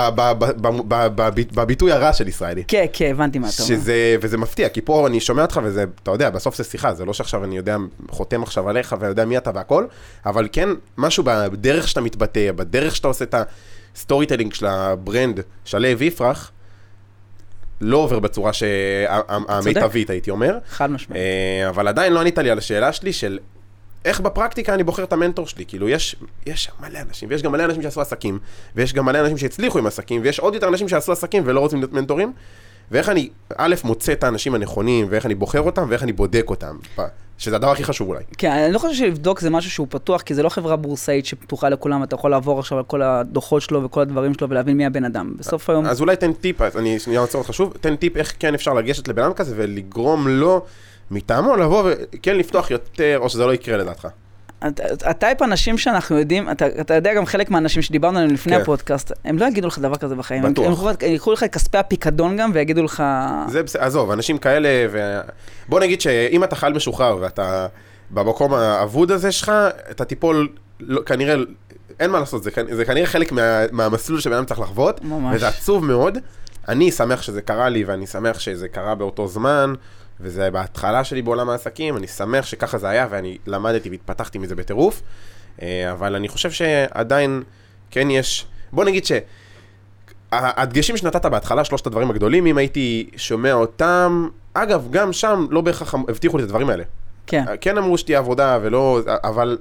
בביטוי הרע של ישראלי. כן, כן, הבנתי מה אתה אומר. וזה מפתיע, כי פה אני שומע אותך, וזה, אתה יודע, בסוף זה שיחה, זה לא שעכשיו אני יודע, חותם עכשיו עליך, ואני יודע מי אתה והכל, אבל כן, משהו בדרך שאתה מתבטא, בדרך שאתה עושה את הסטורי טלינג של הברנד, שלב יפרח, לא עובר בצורה שהמיטבית, הייתי אומר. חד משמעית. אבל עדיין לא ענית לי על השאלה שלי של איך בפרקטיקה אני בוחר את המנטור שלי. כאילו, יש מלא אנשים, ויש גם מלא אנשים שעשו עסקים, ויש גם מלא אנשים שהצליחו עם עסקים, ויש עוד יותר אנשים שעשו עסקים ולא רוצים להיות מנטורים. ואיך אני, א', מוצא את האנשים הנכונים, ואיך אני בוחר אותם, ואיך אני בודק אותם. שזה הדבר הכי חשוב אולי. כן, אני לא חושב שלבדוק זה משהו שהוא פתוח, כי זה לא חברה בורסאית שפתוחה לכולם, אתה יכול לעבור עכשיו על כל הדוחות שלו וכל הדברים שלו ולהבין מי הבן אדם. בסוף היום... אז אולי תן טיפ, אני שנייה רוצה עוד חשוב, תן טיפ איך כן אפשר לגשת לבן אדם כזה ולגרום לו מטעמו לבוא וכן לפתוח יותר, או שזה לא יקרה לדעתך. הטייפ האנשים שאנחנו יודעים, אתה יודע גם חלק מהאנשים שדיברנו עליהם לפני הפודקאסט, הם לא יגידו לך דבר כזה בחיים. בטוח. הם יקחו לך כספי הפיקדון גם ויגידו לך... זה בסדר, עזוב, אנשים כאלה, בוא נגיד שאם אתה חייל משוחרר ואתה במקום האבוד הזה שלך, אתה טיפול, כנראה, אין מה לעשות, זה כנראה חלק מהמסלול שבאמת צריך לחוות, וזה עצוב מאוד. אני שמח שזה קרה לי, ואני שמח שזה קרה באותו זמן, וזה בהתחלה שלי בעולם העסקים, אני שמח שככה זה היה, ואני למדתי והתפתחתי מזה בטירוף, אבל אני חושב שעדיין כן יש, בוא נגיד שהדגשים שנתת בהתחלה, שלושת הדברים הגדולים, אם הייתי שומע אותם, אגב, גם שם לא בהכרח הבטיחו לי את הדברים האלה. כן. כן אמרו שתהיה עבודה ולא, אבל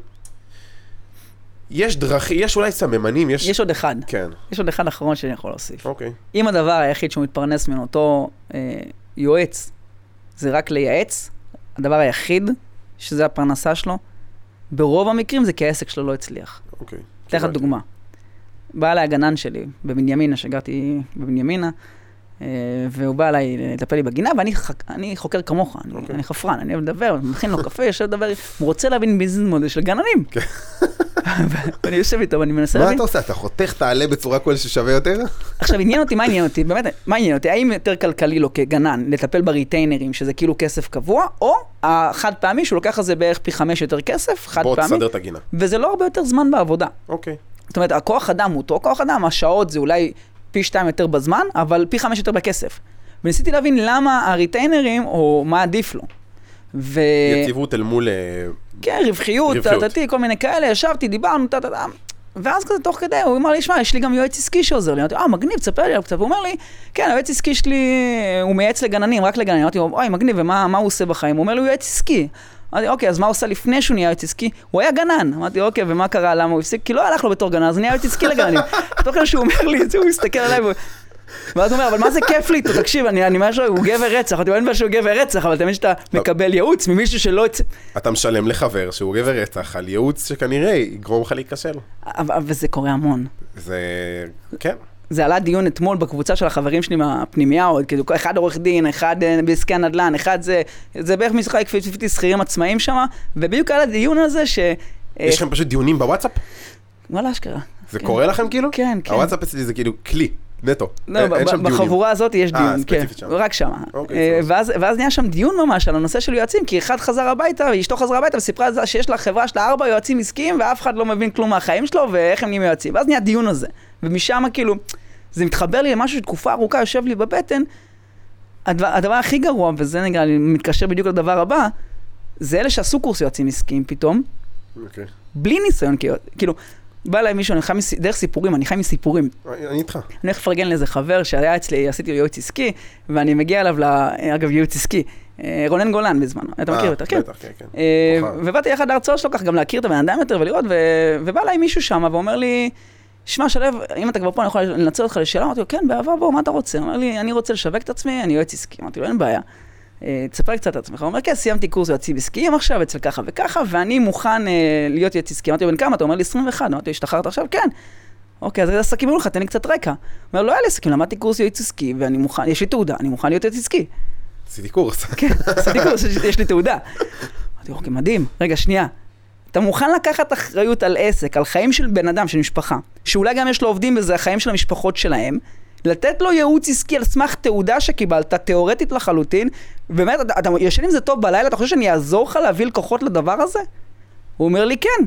יש דרכים, יש אולי סממנים, יש עוד אחד. כן. יש עוד אחד אחרון שאני יכול להוסיף. אוקיי. אם הדבר היחיד שהוא מתפרנס ממנו, אותו יועץ, זה רק לייעץ, הדבר היחיד שזה הפרנסה שלו, ברוב המקרים זה כי העסק שלו לא הצליח. אוקיי. אתן לך דוגמה. בא אליי הגנן שלי בבנימינה, שגרתי בבנימינה, והוא בא אליי לטפל לי בגינה, ואני חוקר כמוך, אני חפרן, אני מדבר, מכין לו קפה, יושב לדבר, הוא רוצה להבין ביזנס מודל של גננים. ואני יושב איתו, ואני מנסה להבין. מה אתה עושה? אתה חותך, תעלה בצורה כל ששווה יותר? עכשיו, עניין אותי, מה עניין אותי? באמת, מה עניין אותי? האם יותר כלכלי לו כגנן לטפל בריטיינרים, שזה כאילו כסף קבוע, או החד פעמי, שהוא לוקח על זה בערך פי 5 יותר כסף, חד פעמי. בוא תסדר את הגינה. וזה לא הרבה יותר זמן בעבודה. אוקיי. זאת אומרת, הכוח אדם הוא אותו כוח אדם, השעות זה אולי פי 2 יותר בזמן, אבל פי 5 יותר בכסף. וניסיתי להבין למה הריטיינרים, או מה עדיף לו. יציבות אל מול... כן, רווחיות, כל מיני כאלה, ישבתי, דיברנו, ואז כזה תוך כדי, הוא אמר לי, שמע, יש לי גם יועץ עסקי שעוזר לי. אמרתי, מגניב, תספר לי, הוא אומר לי, כן, היועץ עסקי שלי, הוא מייעץ לגננים, רק לגננים. אמרתי, אוי, מגניב, ומה הוא עושה בחיים? הוא אומר לי, הוא יועץ עסקי. אמרתי, אוקיי, אז מה הוא עושה לפני שהוא נהיה יועץ עסקי? הוא היה גנן. אמרתי, אוקיי, ומה קרה? למה הוא הפסיק? כי לא הלך לו בתור גנן, אז נהיה יועץ עסקי לגננים. תוך כדי שהוא אומר לי, הוא מסתכל עליי, ואז הוא אומר, אבל מה זה כיף לי? תקשיב, אני אומר שהוא גבר רצח, אתה אומר שהוא גבר רצח, אבל תמיד שאתה מקבל ייעוץ ממישהו שלא... אתה משלם לחבר שהוא גבר רצח על ייעוץ שכנראה יגרום לך להיכשל. וזה קורה המון. זה... כן. זה עלה דיון אתמול בקבוצה של החברים שלי מהפנימיה עוד, כאילו אחד עורך דין, אחד בעסקי הנדל"ן, אחד זה בערך משחק כפי שכירים עצמאים שם, ובדיוק עלה דיון הזה ש... יש לכם פשוט דיונים בוואטסאפ? וואלה, אשכרה. זה קורה לכם כאילו? כן, כן. הוואטסאפ אצלי זה כאילו כלי. נטו. לא, בחבורה הזאת יש דיון, כן, רק שם. ואז נהיה שם דיון ממש על הנושא של יועצים, כי אחד חזר הביתה, ואשתו חזרה הביתה, וסיפרה שיש לה חברה שלה 4 יועצים עסקיים, ואף אחד לא מבין כלום מהחיים שלו, ואיך הם נהיים יועצים. ואז נהיה דיון הזה. ומשם כאילו, זה מתחבר לי למשהו שתקופה ארוכה יושב לי בבטן, הדבר הכי גרוע, וזה נראה לי מתקשר בדיוק לדבר הבא, זה אלה שעשו קורס יועצים עסקיים פתאום, בלי ניסיון, כאילו, בא אליי מישהו, אני חי דרך סיפורים, אני חי מסיפורים. אני איתך. אני הולך לפרגן לאיזה חבר שהיה אצלי, עשיתי לו ייעוץ עסקי, ואני מגיע אליו, אגב, ייעוץ עסקי, רונן גולן בזמנו, אתה מכיר אותה, כן? בטח, כן. ובאתי יחד להרצאות שלו, כך גם להכיר את הבן אדם יותר ולראות, ובא אליי מישהו שם, ואומר לי, שמע, שלב, אם אתה כבר פה, אני יכול לנצל אותך לשאלה, אמרתי לו, כן, באהבה, בוא, מה אתה רוצה? הוא אומר לי, אני רוצה לשווק את עצמי, אני יועץ עסקי. אמרתי לו, אין בעיה. תספר קצת את עצמך. הוא אומר, כן, סיימתי קורס יועצים עסקיים עכשיו, אצל ככה וככה, ואני מוכן להיות יועץ עסקי. אמרתי לו, בן כמה? אתה אומר לי 21. אמרתי לו, השתחררת עכשיו? כן. אוקיי, אז עסקים יהיו לך, תן לי קצת רקע. הוא אומר, לא היה לי עסקים, למדתי קורס יועץ עסקי, ואני מוכן, יש לי תעודה, אני מוכן להיות יועץ עסקי. עשיתי קורס. כן, עשיתי קורס, יש לי תעודה. אמרתי לו, אוקיי, מדהים. רגע, שנייה. אתה מוכן לקחת אחריות על עסק, על חיים של בן אדם, של משפחה, שאולי גם יש לו עובדים בזה, החיים של המשפחות שלהם, לתת לו ייעוץ עסקי על סמך תעודה שקיבלת, תיאורטית לחלוטין, ובאמת, אתה ישן עם זה טוב בלילה, אתה חושב שאני אעזור לך להביא לקוחות לדבר הזה? הוא אומר לי, כן.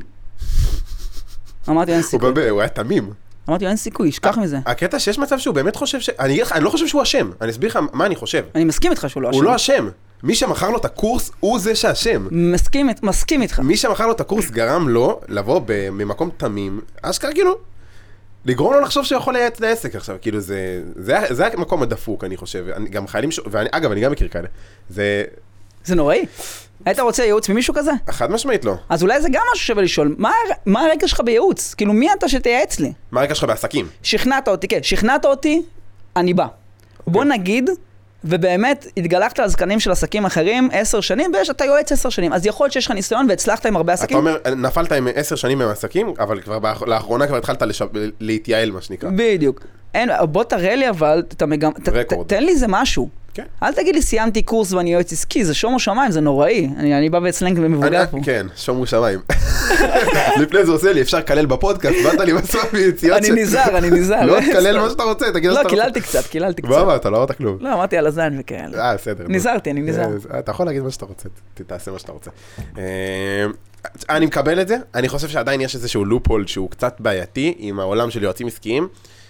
אמרתי, אין סיכוי. הוא היה תמים. אמרתי, אין סיכוי, שכח מזה. הקטע שיש מצב שהוא באמת חושב אני לא חושב שהוא אשם, אני אסביר לך מה אני חושב. אני מסכים איתך שהוא לא אשם. הוא לא אשם. מי שמכר לו את הקורס הוא זה שאשם. מסכים איתך. מי שמכר לו את הקורס גרם לו לבוא ממקום תמים, אשכרה כאילו, לגרום לו לחשוב שיכול לייעץ לעסק עכשיו, כאילו זה המקום הדפוק, אני חושב. גם חיילים, ואגב, אני גם מכיר כאלה. זה נוראי. היית רוצה ייעוץ ממישהו כזה? חד משמעית לא. אז אולי זה גם משהו שווה לשאול, מה הרקע שלך בייעוץ? כאילו, מי אתה שתייעץ לי? מה הרקע שלך בעסקים? שכנעת אותי, כן. שכנעת אותי, אני בא. בוא נגיד, ובאמת התגלחת על זקנים של עסקים אחרים 10 שנים, ואתה יועץ 10 שנים. אז יכול להיות שיש לך ניסיון והצלחת עם הרבה עסקים. אתה אומר, נפלת עם 10 שנים עם עסקים, אבל כבר לאחרונה כבר התחלת להתייעל, מה שנקרא. בדיוק. בוא תראה לי, אבל תן לי זה משהו. אל תגיד לי, סיימתי קורס ואני יועץ עסקי, זה שומו שמיים, זה נוראי. אני בא ואצלנג ומבוגר פה. כן, שומו שמיים. לפני זה עושה לי, אפשר לקלל בפודקאסט, באת לי בסוף ביציאות אני נזהר. לא, תקלל מה שאתה רוצה, תגיד לא, קיללתי קצת. מה, אתה לא אמרת כלום. לא, אמרתי על הזין וכאלה. בסדר. נזהרתי, אני נזהר. אתה יכול להגיד מה שאתה רוצה, תעשה מה שאתה רוצה. אני מקבל את זה, אני חושב שעדיין יש איזשהו לופול שהוא קצת בעייתי עם העולם של יועצים עסקיים,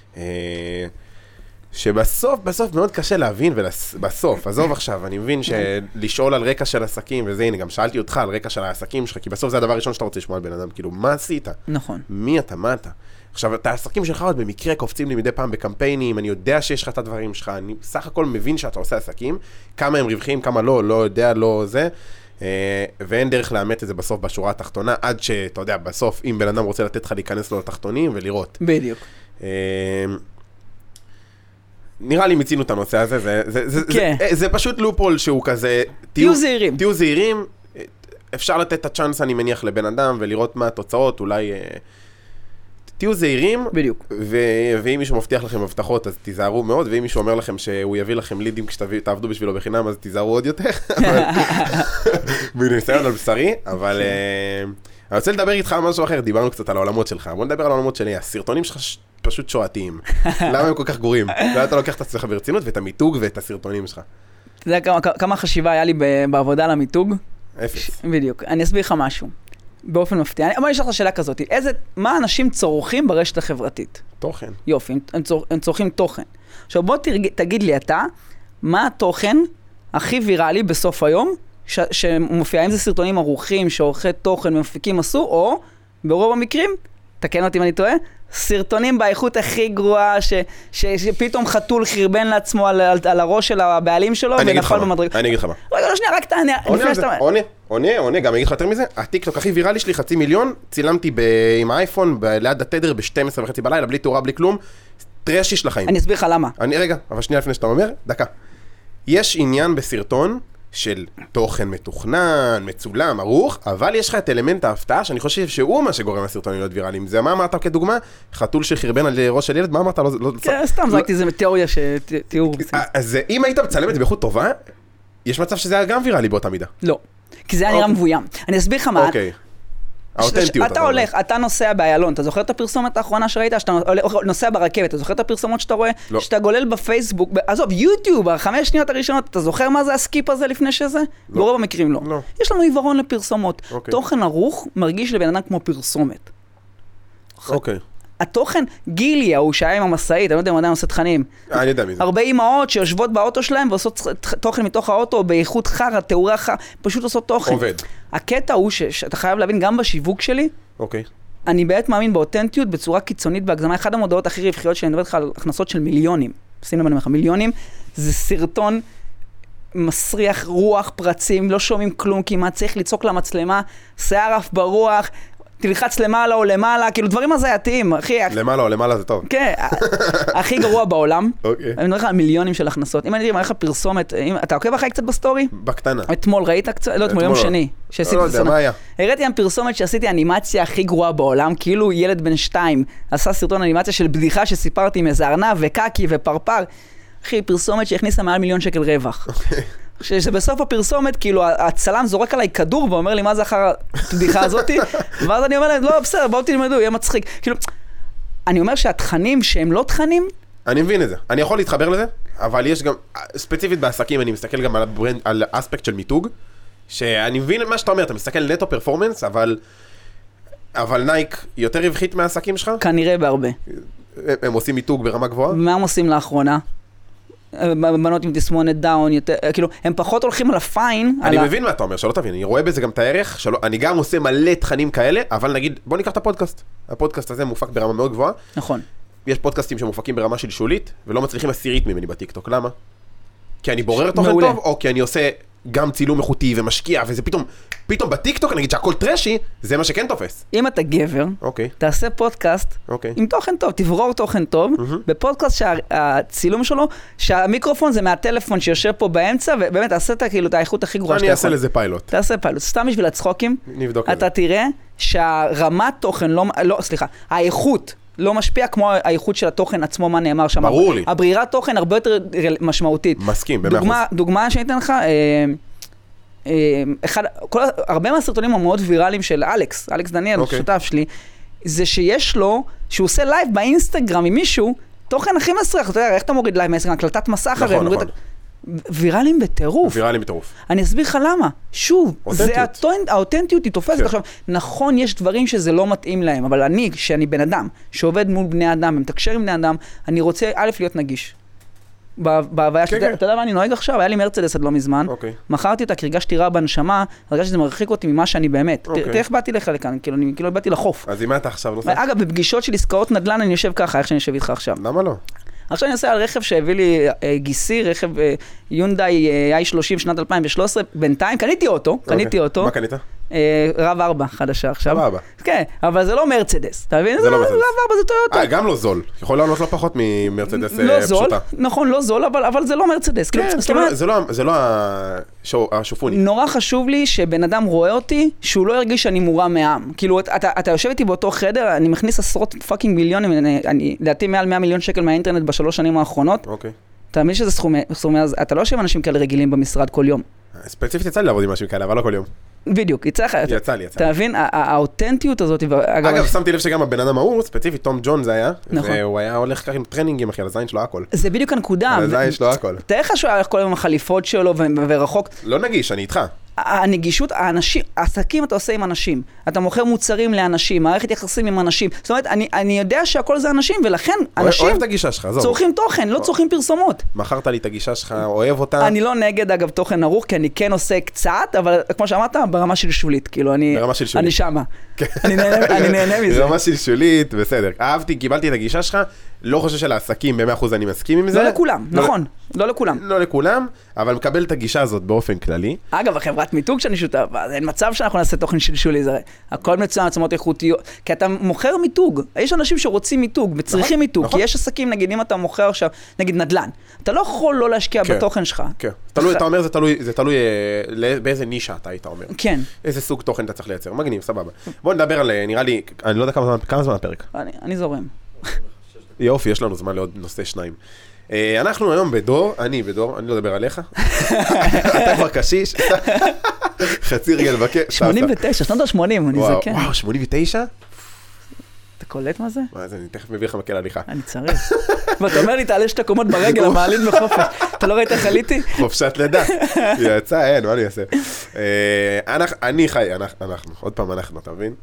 שבסוף מאוד קשה להבין, ובסוף, עזוב עכשיו, אני מבין שלשאול על רקע של עסקים, וזה, הנה, גם שאלתי אותך על רקע של העסקים שלך, כי בסוף זה הדבר הראשון שאתה רוצה לשמוע על בן אדם, כאילו, מה עשית? נכון. מי אתה, מה אתה? עכשיו, את העסקים שלך עוד במקרה קופצים לי מדי פעם בקמפיינים, אני יודע שיש לך את הדברים שלך, אני סך הכל מבין שאתה עושה עסקים, כמה הם רווחים, כמה לא יודע, לא זה, ואין דרך לאמת את זה בסוף בשורה התחתונה, עד שאתה יודע, בסוף, אם בן אדם רוצה לתת לך להיכנס לו לתחתונים ולראות. בדיוק. נראה לי מיצינו את הנושא הזה, זה פשוט לופול שהוא כזה, תהיו זהירים, אפשר לתת את הצ'אנס אני מניח לבן אדם ולראות מה התוצאות, אולי תהיו זהירים, בדיוק. ואם מישהו מבטיח לכם הבטחות אז תיזהרו מאוד, ואם מישהו אומר לכם שהוא יביא לכם לידים כשתעבדו בשבילו בחינם אז תיזהרו עוד יותר, בניסיון על בשרי, אבל אני רוצה לדבר איתך על משהו אחר, דיברנו קצת על העולמות שלך, בוא נדבר על העולמות שלי, הסרטונים שלך פשוט שואתיים. למה הם כל כך גרועים? למה אתה לוקח את עצמך ברצינות ואת המיתוג ואת הסרטונים שלך? אתה יודע כמה חשיבה היה לי בעבודה על המיתוג? אפס. בדיוק. אני אסביר לך משהו. באופן מפתיע. אבל יש לך שאלה כזאת. מה אנשים צורכים ברשת החברתית? תוכן. יופי, הם צורכים תוכן. עכשיו בוא תגיד לי אתה, מה התוכן הכי ויראלי בסוף היום שמופיע? אם זה סרטונים ערוכים שעורכי תוכן ומפיקים עשו, או ברוב המקרים, תקן אותי אם אני טועה, סרטונים באיכות הכי גרועה, שפתאום חתול חרבן לעצמו על הראש של הבעלים שלו, ונפל במדרגה. אני אגיד לך מה. רגע, לא שנייה, רק תענה. עונה, גם אני אגיד לך יותר מזה, הטיקטוק הכי ויראלי שלי, 500,000, צילמתי עם האייפון, ליד התדר, ב-12:30 בלילה, בלי תאורה, בלי כלום, טרשי של החיים. אני אסביר לך למה. רגע, אבל שנייה לפני שאתה אומר, דקה. יש עניין בסרטון, של תוכן מתוכנן, מצולם, ערוך, אבל יש לך את אלמנט ההפתעה, שאני חושב שהוא מה שגורם לסרטונים להיות ויראליים. זה מה אמרת כדוגמה? חתול שחרבן על ראש של ילד, מה אמרת? כן, סתם, זרקתי איזה תיאוריה שתיאור. אז אם היית מצלם את זה באיכות טובה, יש מצב שזה היה גם ויראלי באותה מידה. לא, כי זה היה נראה מבוים. אני אסביר לך מה... אוקיי. האותנטיות. אתה הולך, אתה נוסע באיילון, אתה זוכר את הפרסומת האחרונה שראית? שאתה נוסע ברכבת, אתה זוכר את הפרסומות שאתה רואה? שאתה גולל בפייסבוק, עזוב, יוטיוב, 5 שניות הראשונות, אתה זוכר מה זה הסקיפ הזה לפני שזה? ברוב המקרים לא. יש לנו עיוורון לפרסומות. תוכן ערוך מרגיש לבן אדם כמו פרסומת. אוקיי. התוכן, גילי, הוא שהיה עם המסעית, אני לא יודע אם עדיין עושה תכנים. אני יודע מזה. הרבה אמהות שיושבות באוטו שלהם ועושות תוכן מתוך האוטו, באיכות חרא, תאורה חרא, פשוט עושות תוכן. עובד. הקטע הוא שאתה חייב להבין, גם בשיווק שלי, אני באמת מאמין באותנטיות בצורה קיצונית בהגזמה. אחד המודעות הכי רווחיות שאני מדברת לך על הכנסות של מיליונים. שים לב אני אומר לך, מיליונים, זה סרטון מסריח, רוח, פרצים, לא שומעים כלום, כמעט צריך לצעוק למצלמה, שיער אף ברוח, תלחץ למעלה או למעלה, כאילו דברים הזייתיים, אחי. למעלה או למעלה זה טוב. כן, הכי גרוע בעולם. אני מדבר לך על מיליונים של הכנסות. אם אני אראה לך פרסומת, אתה עוקב אחרי קצת בסטורי? בקטנה. אתמול ראית קצת? לא, אתמול יום שני. לא יודע, מה היה? הראיתי עם פרסומת שעשיתי אנימציה הכי גרועה בעולם, כאילו ילד בן 2 עשה סרטון אנימציה של בדיחה שסיפרתי עם איזה ארנב וקקי ופרפר. אחי, פרסומת שהכניסה מעל 1,000,000 שקל רווח. שבסוף הפרסומת, כאילו, הצלם זורק עליי כדור ואומר לי, מה זה אחר הבדיחה הזאת? ואז אני אומר להם, לא, בסדר, בואו תלמדו, יהיה מצחיק. כאילו, אני אומר שהתכנים שהם לא תכנים... אני מבין את זה. אני יכול להתחבר לזה, אבל יש גם, ספציפית בעסקים, אני מסתכל גם על האספקט של מיתוג, שאני מבין מה שאתה אומר, אתה מסתכל נטו פרפורמנס, אבל נייק יותר רווחית מהעסקים שלך? כנראה בהרבה. הם עושים מיתוג ברמה גבוהה? מה הם עושים לאחרונה? בנות עם תסמונת דאון, כאילו, הם פחות הולכים על הפיין. אני מבין מה אתה אומר, שלא תבין, אני רואה בזה גם את הערך, אני גם עושה מלא תכנים כאלה, אבל נגיד, בוא ניקח את הפודקאסט. הפודקאסט הזה מופק ברמה מאוד גבוהה. נכון. יש פודקאסטים שמופקים ברמה של שולית, ולא מצליחים 10 ממני בטיקטוק. למה? כי אני בורר תוכן טוב, או כי אני עושה גם צילום איכותי ומשקיע, וזה פתאום בטיקטוק, נגיד שהכל טרשי, זה מה שכן תופס. אם אתה גבר, תעשה פודקאסט עם תוכן טוב, תברור תוכן טוב, בפודקאסט שהצילום שלו, שהמיקרופון זה מהטלפון שיושב פה באמצע, ובאמת תעשה את האיכות הכי גרועה שאתה יכול. אני אעשה לזה פיילוט. תעשה פיילוט. סתם בשביל הצחוקים, אתה תראה שהרמת תוכן, האיכות לא משפיע כמו האיכות של התוכן עצמו, מה נאמר שם. ברור לי. הברירת תוכן הרבה יותר משמעותית. מסכים, ב100%. דוגמה שאני אתן לך, הרבה מהסרטונים המאוד ויראליים של אלכס דניאל, שותף שלי, זה שיש לו, שהוא עושה לייב באינסטגרם עם מישהו, תוכן הכי מסריח, אתה יודע, איך אתה מוריד לייב מהאינסטגרם, הקלטת מסך הרי, ויראליים בטירוף. אני אסביר לך למה. שוב, האותנטיות היא תופסת. עכשיו, נכון, יש דברים שזה לא מתאים להם, אבל אני, שאני בן אדם, שעובד מול בני אדם, מתקשר עם בני אדם, אני רוצה, א', להיות נגיש. בהוויה שלי, אתה יודע מה אני נוהג עכשיו? היה לי מרצדס עד לא מזמן, מכרתי אותה, כי הרגשתי רע בנשמה, הרגשתי שזה מרחיק אותי ממה שאני באמת. תראה איך באתי לך לכאן, כאילו באתי לחוף. אז אם אתה עכשיו נוסע? אגב, בפגישות של עסקאות נדל"ן אני יושב ככה, איך שאני יושב איתך עכשיו. למה לא? עכשיו אני עושה על רכב שהביא לי גיסי, רכב יונדאי i30 שנת 2013, בינתיים קניתי אותו. מה קנית? רב 4 חדשה עכשיו. רב 4. כן, אבל זה לא מרצדס. אתה מבין? זה לא מרצדס. רב 4 זה טויוטה. גם לא זול. יכול לענות לא פחות ממרצדס פשוטה. לא זול, נכון, לא זול, אבל זה לא מרצדס. זה לא השופוני. נורא חשוב לי שבן אדם רואה אותי, שהוא לא ירגיש שאני מורם מעם. כאילו, אתה יושב איתי באותו חדר, אני מכניס עשרות פאקינג מיליונים, לדעתי מעל 100 מיליון שקל מהאינטרנט בשלוש שנים האחרונות. אוקיי. אתה מבין שזה סכומי, אז אתה לא יושב אנשים כאלה רגילים במשרד כל יום. ספציפית יצא לי לעבוד עם משהו כאלה, אבל לא כל יום. בדיוק, יצא לי. אתה מבין, האותנטיות הזאת... אגב, שמתי לב שגם הבן אדם ההוא, ספציפית, תום ג'ון זה היה, והוא היה הולך ככה עם טרנינגים, אחי, על הזין שלו הכל. זה בדיוק הנקודה. על הזין שלו הכל. תראה לך שהוא היה הולך כל היום עם החליפות שלו ורחוק. לא נגיש, אני איתך. הנגישות, העסקים אתה עושה עם אנשים, אתה מוכר מוצרים לאנשים, מערכת יחסים עם אנשים, זאת אומרת, אני יודע שהכל זה אנשים, ולכן אנשים צורכים תוכן, לא צורכים פרסומות. מכרת לי את הגישה שלך, אוהב אותה. אני לא נגד, אגב, תוכן ערוך, כי אני כן עושה קצת, אבל כמו שאמרת, ברמה שלשולית, כאילו, אני שמה. אני נהנה מזה. ברמה שלשולית, בסדר. אהבתי, קיבלתי את הגישה שלך, לא חושב שלעסקים ב100% אני מסכים עם זה. לא לכולם, נכון, לא לכולם. לא לכולם, אבל מקבל את הגישה הזאת באופן כללי. אגב, החברת מיתוג שאני שותף, אין מצב שאנחנו נעשה תוכן שלשולי, זה הכל מצוין, עצמות איכותיות, כי אתה מוכר מיתוג, יש אנשים שרוצים מיתוג, וצריכים מיתוג, כי יש עסקים, נגיד, אם אתה מוכר עכשיו, נגיד נדל"ן, אתה לא יכול לא להשקיע בתוכן שלך. כן, אתה אומר, זה תלוי באיזה נישה אתה היית אומר. כן. איזה סוג תוכן אתה צריך לייצר, מגניב, סבבה. בוא נדבר על, נראה לי, אני לא יודע כמה זמן הפרק. אני זורם. יופי, יש לנו זמן לעוד נושא 2. אנחנו היום בדור, אני לא אדבר עליך, אתה כבר קשיש, חצי רגל בקר. 89, שנות ה-80, אני זקן. וואו, 89? אתה קולט מה זה? מה זה, אני תכף מביא לך מקל הליכה. אני צריך. ואתה אומר לי, תעלה 2 קומות ברגל, המעלית בחופש. אתה לא ראית איך עליתי? חופשת לידה. יצא, אין, מה אני אעשה? אני חי, אנחנו, עוד פעם אנחנו, אתה מבין?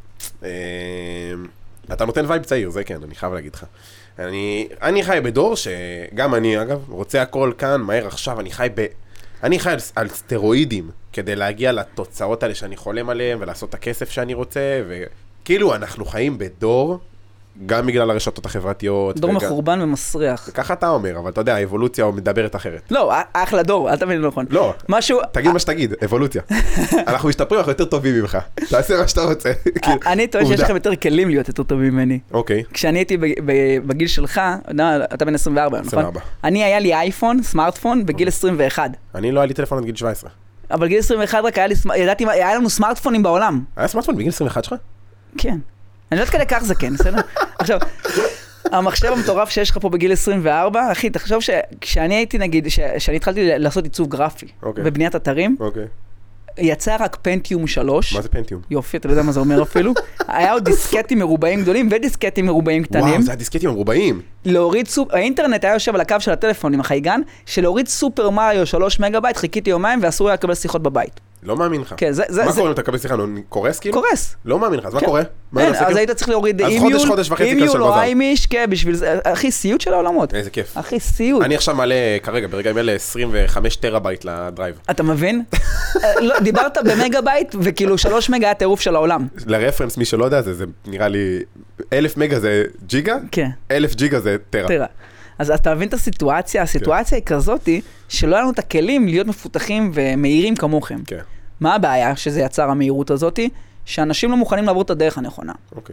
אתה נותן וייב צעיר, זה כן, אני חייב להגיד לך. אני חי בדור שגם אני, אגב, רוצה הכל כאן, מהר עכשיו, אני חי על סטרואידים כדי להגיע לתוצאות האלה שאני חולם עליהם ולעשות את הכסף שאני רוצה, וכאילו אנחנו חיים בדור, גם בגלל הרשתות החברתיות. דור מחורבן ומסריח. ככה אתה אומר, אבל אתה יודע, האבולוציה מדברת אחרת. לא, אחלה דור, אל תבין נכון. לא, תגיד מה שתגיד, אבולוציה. אנחנו משתפרים, אנחנו יותר טובים ממך. תעשה מה שאתה רוצה. אני טוען שיש לכם יותר כלים להיות יותר טובים ממני. אוקיי. כשאני הייתי בגיל שלך, אתה בן 24, נכון? 24. היה לי אייפון, סמארטפון, בגיל 21. אני לא היה לי טלפון עד גיל 17. אבל גיל 21 רק היה לנו סמארטפונים בעולם. היה סמארטפון בגיל 21 שלך? כן. אני לא יודעת כדי כך זה כן, בסדר? עכשיו, המחשב המטורף שיש לך פה בגיל 24, אחי, תחשוב שכשאני הייתי, נגיד, שאני התחלתי לעשות עיצוב גרפי, בבניית אתרים, יצא רק פנטיום 3. מה זה פנטיום? יופי, אתה לא יודע מה זה אומר אפילו. היה עוד דיסקטים מרובעים גדולים ודיסקטים מרובעים קטנים. וואו, זה הדיסקטים המרובעים. האינטרנט היה יושב על הקו של הטלפון עם החייגן, שלהוריד סופר מריו 3 מגה-בייט, חיכיתי יומיים ואסור היה לקבל שיחות בבית. לא מאמין לך. כן, מה קורה אם אתה קבל שיחה? קורס כאילו? קורס. לא מאמין לך, אז מה קורה? אז היית צריך להוריד אימיול או איימיש, כן, בשביל זה, הכי סיוט של העולמות. איזה כיף. הכי סיוט. אני עכשיו מעלה, כרגע, ברגעים אלה 25 טראבייט לדרייב. אתה מבין? דיברת במגה-בייט, וכאילו 3 מגה היה טירוף של העולם. לרפרנס, מי שלא יודע, זה נראה לי, 1,000 מגה זה ג'יגה? כן. 1,000 ג'יגה זה טרה. אז אתה מבין את הסיטואציה? הסיטואציה היא כזאת, שלא היה לנו את הכלים להיות מפותחים ומהירים כמוכם. כן. מה הבעיה שזה יצר המהירות הזאת? שאנשים לא מוכנים לעבור את הדרך הנכונה. אוקיי.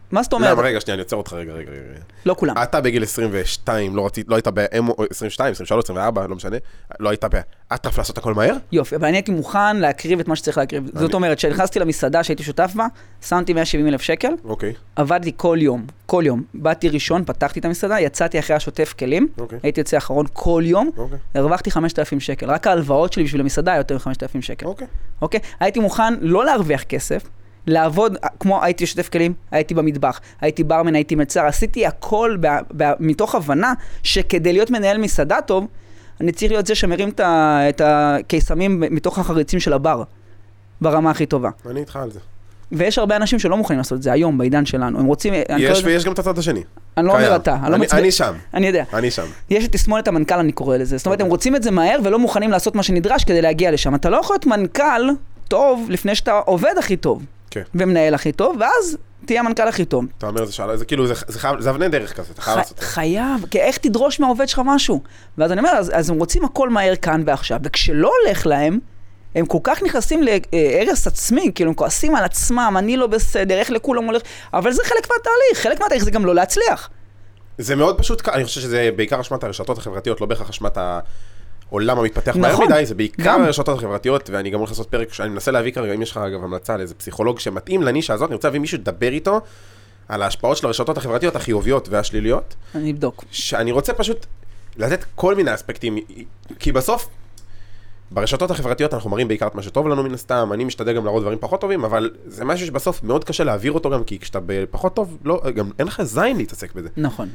מה זאת אומרת? רגע, שנייה, אני יוצר אותך, רגע. לא כולם. אתה בגיל 22, לא היית 22, 23, 24, לא משנה, לא היית באטרף לעשות הכל מהר? יופי, אבל אני הייתי מוכן להקריב את מה שצריך להקריב. זאת אומרת, כשנכנסתי למסעדה שהייתי שותף בה, שמתי 170,000 שקל, עבדתי כל יום. באתי ראשון, פתחתי את המסעדה, יצאתי אחרי השוטף כלים, הייתי יוצא אחרון כל יום, הרווחתי 5,000 שקל. רק ההלוואות שלי בשביל המסעדה היה יותר מ5,000 שקל. אוקיי? הייתי מוכן לא להרוויח כסף, לעבוד, כמו הייתי שותף כלים, הייתי במטבח, הייתי ברמן, הייתי מצר, עשיתי הכל מתוך הבנה שכדי להיות מנהל מסעדה טוב, אני צריך להיות זה שמרים את הקיסמים מתוך החריצים של הבר, ברמה הכי טובה. אני איתך על זה. ויש הרבה אנשים שלא מוכנים לעשות את זה היום, בעידן שלנו. הם רוצים... יש ויש גם את הצד השני. אני לא אומר אתה. אני שם. אני יודע. אני שם. יש את תסמונת המנכ"ל, אני קורא לזה. זאת אומרת, הם רוצים את זה מהר ולא מוכנים לעשות מה שנדרש כדי להגיע לשם. אתה לא יכול להיות מנכ"ל טוב לפני שאתה עובד הכי טוב. כן. ומנהל הכי טוב, ואז תהיה המנכ"ל הכי טוב. אתה אומר, זה כאילו, זה אבני דרך כזה, אתה חייב לעשות. חייב, כי איך תדרוש מהעובד שלך משהו? ואז אני אומר, אז הם רוצים הכל מהר כאן ועכשיו, וכשלא הולך להם, הם כל כך נכנסים להרס עצמי, כאילו הם כועסים על עצמם, אני לא בסדר, איך לכולם הולך, אבל זה חלק מהתהליך, חלק מהתהליך זה גם לא להצליח. זה מאוד פשוט, אני חושב שזה בעיקר אשמת הרשתות החברתיות, לא בהכרח אשמת העולם המתפתח מהר מדי, זה בעיקר הרשתות החברתיות, ואני גם הולך לעשות פרק שאני מנסה להביא כרגע, אם יש לך אגב המלצה לאיזה פסיכולוג שמתאים לנישה הזאת, אני רוצה להביא מישהו לדבר איתו על ההשפעות של הרשתות החברתיות החיוביות והשליליות. אני אבדוק. שאני רוצה פשוט לתת כל מיני אספקטים, כי בסוף, ברשתות החברתיות אנחנו מראים בעיקר את מה שטוב לנו מן הסתם, אני משתדל גם להראות דברים פחות טובים, אבל זה משהו שבסוף מאוד קשה להעביר אותו גם, כי כשאתה פחות טוב, לא, גם אין לך זין להתעסק בזה. נכון.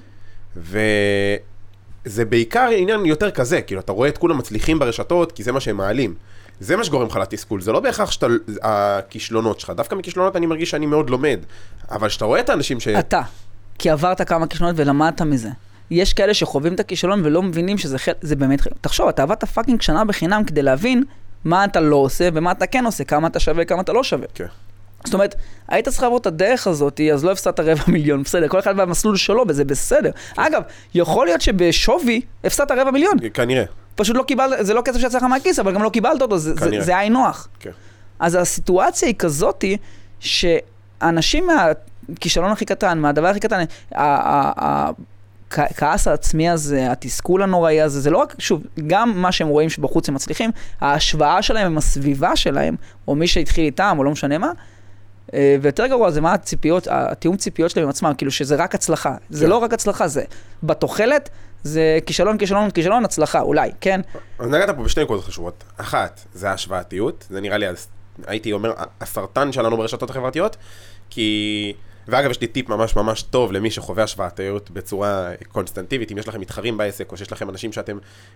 וזה בעיקר עניין יותר כזה, כאילו אתה רואה את כולם מצליחים ברשתות, כי זה מה שהם מעלים. זה מה שגורם לך לתסכול, זה לא בהכרח שאתה, הכישלונות שלך, דווקא מכישלונות אני מרגיש שאני מאוד לומד, אבל שאתה רואה את האנשים אתה, כי עברת כמה כישלונות ולמדת מזה. יש כאלה שחווים את הכישלון ולא מבינים שזה באמת... תחשוב, אתה עבדת פאקינג שנה בחינם כדי להבין מה אתה לא עושה ומה אתה כן עושה, כמה אתה שווה, כמה אתה לא שווה. כן. זאת אומרת, היית צריך לעבור את הדרך הזאת, אז לא הפסדת 250,000, בסדר. כל אחד במסלול שלו, וזה בסדר. אגב, יכול להיות שבשווי הפסדת 250,000. כנראה. פשוט לא קיבלת, זה לא כסף שיצא לך מהכיס, אבל גם לא קיבלת אותו, זה היה נוח. כן. אז הסיטואציה היא כזאת, שאנשים מהכישלון הכי קטן, מהדבר הכי קטן, הכעס העצמי הזה, התסכול הנוראי הזה, זה לא רק, שוב, גם מה שהם רואים שבחוץ הם מצליחים, ההשוואה שלהם עם הסביבה שלהם, או מי שהתחיל איתם, או לא משנה מה, ויותר גרוע זה מה הציפיות, התיאום ציפיות שלהם עם עצמם, כאילו שזה רק הצלחה. זה לא רק הצלחה, זה בתוחלת, זה כישלון, הצלחה, אולי, כן? אז נגעת פה בשתי נקודות חשובות. אחת, זה ההשוואתיות, זה נראה לי, הייתי אומר, הסרטן שלנו ברשתות החברתיות, כי... ואגב, יש לי טיפ ממש ממש טוב למי שחווה השוואתיות בצורה קונסטנטיבית, אם יש לכם מתחרים בעסק, או שיש לכם אנשים שאתם,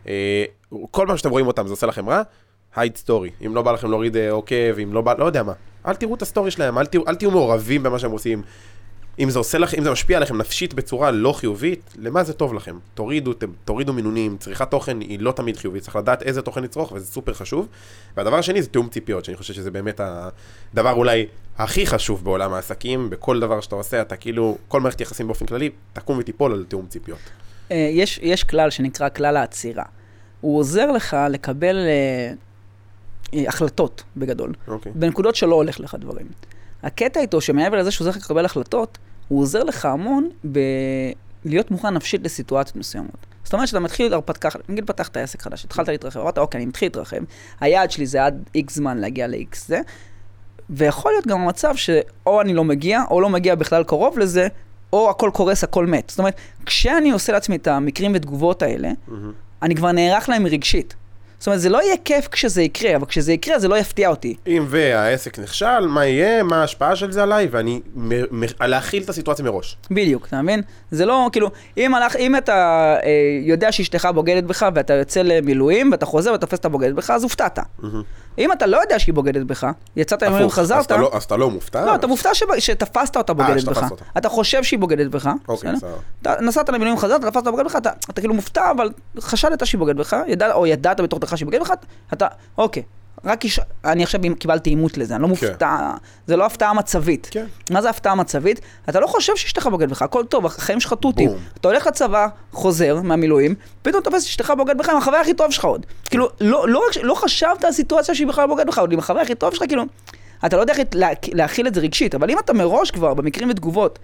כל פעם שאתם רואים אותם, זה עושה לכם רע, הייד סטורי. אם לא בא לכם להוריד עוקב, אם לא בא, לא יודע מה. אל תראו את הסטורי שלהם, אל תהיו מעורבים במה שהם עושים. אם זה עושה לכם, אם זה משפיע עליכם נפשית בצורה לא חיובית, למה זה טוב לכם? תורידו מינונים, צריכת תוכן היא לא תמיד חיובית, צריך לדעת איזה תוכן לצרוך, וזה סופר חשוב. והדבר השני זה תיאום ציפיות, שאני חושב שזה באמת הדבר אולי הכי חשוב בעולם העסקים, בכל דבר שאתה עושה, אתה כאילו, כל מערכת יחסים באופן כללי, תקום ותיפול על תיאום ציפיות. יש כלל שנקרא כלל העצירה. הוא עוזר לך לקבל החלטות בגדול, בנקודות שלא הולך לך דברים. הקטע איתו שמעבר לזה שהוא עוזר לך לקבל החלטות, הוא עוזר לך המון להיות מוכן נפשית לסיטואציות מסוימות. זאת אומרת שאתה מתחיל להרפתקה, נגיד פתחת עסק חדש, התחלת להתרחב, אמרת, אוקיי, אני מתחיל להתרחב, היעד שלי זה עד X זמן להגיע ל-X זה, ויכול להיות גם המצב שאו אני לא מגיע, או לא מגיע בכלל קרוב לזה, או הכל קורס, הכל מת. זאת אומרת, כשאני עושה לעצמי את המקרים ותגובות האלה, אני כבר נערך להם רגשית. זאת אומרת, זה לא יהיה כיף כשזה יקרה, אבל כשזה יקרה, זה לא יפתיע אותי. אם והעסק נכשל, מה יהיה, מה ההשפעה של זה עליי, ואני להכיל את הסיטואציה מראש. בדיוק, אתה מבין? זה לא, כאילו, אם אתה יודע שאשתך בוגדת בך, ואתה יוצא למילואים, ואתה חוזר ותופס את הבוגדת בך, אז הופתעת. אם אתה לא יודע שהיא בוגדת בך, יצאת למילואים וחזרת... אז אתה לא מופתע? לא, אתה מופתע שתפסת אותה בוגדת בך. אתה חושב שהיא בוגדת בך. נסעת למילואים וחזרת, תפסת אותה בוגדת בך, אתה כאילו מופתע, אבל חשדת שהיא בוגדת בך, או ידעת בתוך דרך שהיא בוגדת בך, אתה, אוקיי, אני עכשיו קיבלתי אימות לזה, אני לא מופתע, זה לא הפתעה מצבית. מה זה הפתעה מצבית? אתה לא חושב שאשתך בוגדת בך, הכל טוב, החיים שלך תותים. אתה הולך לצבא, חוזר מהמילואים, פתאום תופס שאשתך בוגדת בך עם החבר הכי טוב שלך עוד. כאילו, לא חשבת על סיטואציה שהיא בכלל בוגדת בך, עוד עם החבר הכי טוב שלך, כאילו, אתה לא יודע להכיל את זה רגשית, אבל אם אתה מראש כבר, במקרים ותגובות,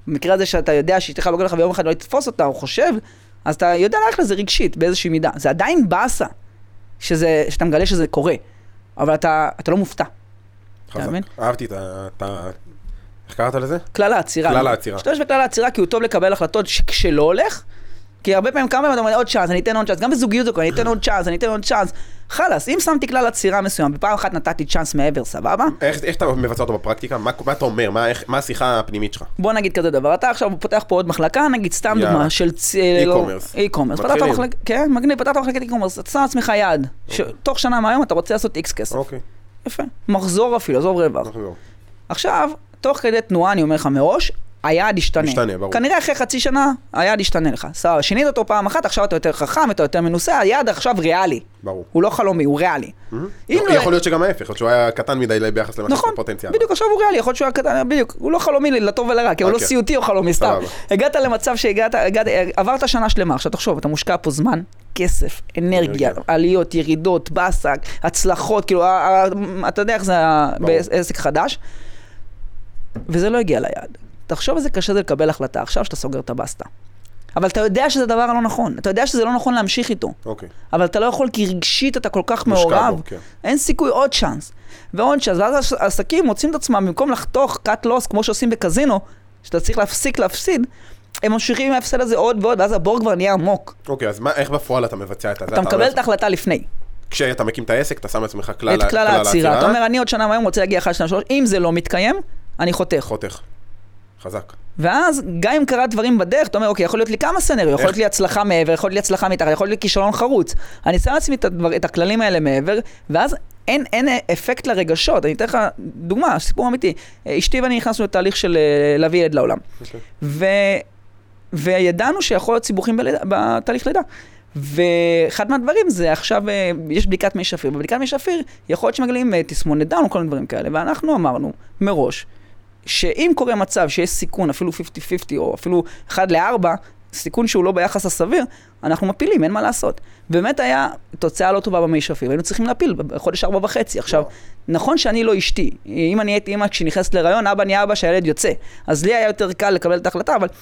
במקרה הזה שאתה יודע שאשתך בוגד לך ויום אחד לא תתפוס אותה, או חושב, אז אתה יודע להלך לזה רגשית, באיזושהי מידה. זה עדיין באסה, שאתה מגלה שזה קורה, אבל אתה לא מופתע. חזק. אהבתי איך קראת לזה? כלל העצירה. כלל העצירה. שתוש בכלל העצירה, כי הוא טוב לקבל החלטות שכשלא הולך, כי הרבה פעמים כמה פעמים אתה אומר, עוד צ'אנס, אני אתן עוד צ'אנס, גם בזוגיות זה, אני אתן עוד צ'אנס, אני אתן עוד צ'אנס. חלס, אם שמתי כלל עצירה מסוים, בפעם אחת נתתי צ'אנס מעבר, סבבה? איך אתה מבצע אותו בפרקטיקה? מה אתה אומר? מה השיחה הפנימית שלך? בוא נגיד כזה דבר, אתה עכשיו פותח פה עוד מחלקה, נגיד סתם דוגמה של אי-קומרס. פתחת מחלקה, כן, מגניב, פתחת מחלקת אי-קומרס, אתה שם עצמך יעד, שתוך שנה מהיום אתה רוצה לעשות X כסף. יפה. מחזור אפילו, עזוב רווח. עכשיו, תוך כדי תנועה, אני אומר לך מראש, היעד ישתנה. כנראה אחרי חצי שנה, היעד ישתנה לך. סבבה, שינית אותו פעם אחת, עכשיו אתה יותר חכם, אתה יותר מנוסה, היעד עכשיו ריאלי. ברור. הוא לא חלומי, הוא ריאלי. יכול להיות שגם ההפך, יכול להיות שהוא היה קטן מדי ביחס למה שיש פוטנציאל. בדיוק, עכשיו הוא ריאלי, יכול להיות שהוא היה קטן, בדיוק. הוא לא חלומי לטוב ולרע, כי הוא לא סיוטי או חלומי, סתם. הגעת למצב עברת שנה שלמה, עכשיו תחשוב, אתה מושקע פה זמן, כסף, אנרגיה, עליות, ירידות, בסק, הצלחות, כאילו, אתה יודע איך זה בעסק חדש, וזה לא הגיע ליעד. תחשוב איזה קשה זה לקבל החלטה, עכשיו שאתה סוגר את הבסטה. אבל אתה יודע שזה דבר לא נכון, אתה יודע שזה לא נכון להמשיך איתו. אבל אתה לא יכול, כי רגשית אתה כל כך מעורב, אין סיכוי עוד צ'אנס. ועוד צ'אנס, ואז העסקים מוצאים את עצמם, במקום לחתוך cut loss, כמו שעושים בקזינו, שאתה צריך להפסיד, הם ממשיכים עם ההפסד הזה עוד ועוד, ואז הבור כבר נהיה עמוק. אוקיי, אז איך בפועל אתה מבצע את זה? אתה מקבל את ההחלטה לפני. כשאתה מקים את העסק, אתה שם לעצמך כלל העצירה. אתה אומר, אני עוד שנה מהיום רוצה להגיע 1, 2, 3, אם זה לא מתקיים, אני חותך. חזק. ואז גם אם קרה דברים בדרך, אתה אומר, אוקיי, יכול להיות לי כמה סנריו, יכול להיות לי הצלחה מעבר, יכול להיות לי הצלחה מתחת, יכול להיות לי כישלון חרוץ. אני שם לעצמי את הכללים האלה מעבר, ואז אין אפקט לרגשות. אני אתן לך דוגמה, סיפור אמיתי. אשתי ואני נכנסנו לתהליך של להביא ילד לעולם. וידענו שיכול להיות סיבוכים בתהליך לידה. ואחד מהדברים זה עכשיו, יש בדיקת מי שפיר. בבדיקת מי שפיר יכול להיות שמגלים תסמונת דאון או כל מיני דברים כאלה. ואנחנו אמרנו מראש, שאם קורה מצב שיש סיכון, אפילו 50-50 או אפילו 1-4, סיכון שהוא לא ביחס הסביר, אנחנו מפילים, אין מה לעשות. באמת היה תוצאה לא טובה במי שפיר, והיינו צריכים להפיל בחודש 4.5. עכשיו, נכון שאני לא אשתי, אם אני הייתי אמא כשנכנסת להיריון, אבא נהיה אבא שהילד יוצא, אז לי היה יותר קל לקבל את ההחלטה, אבל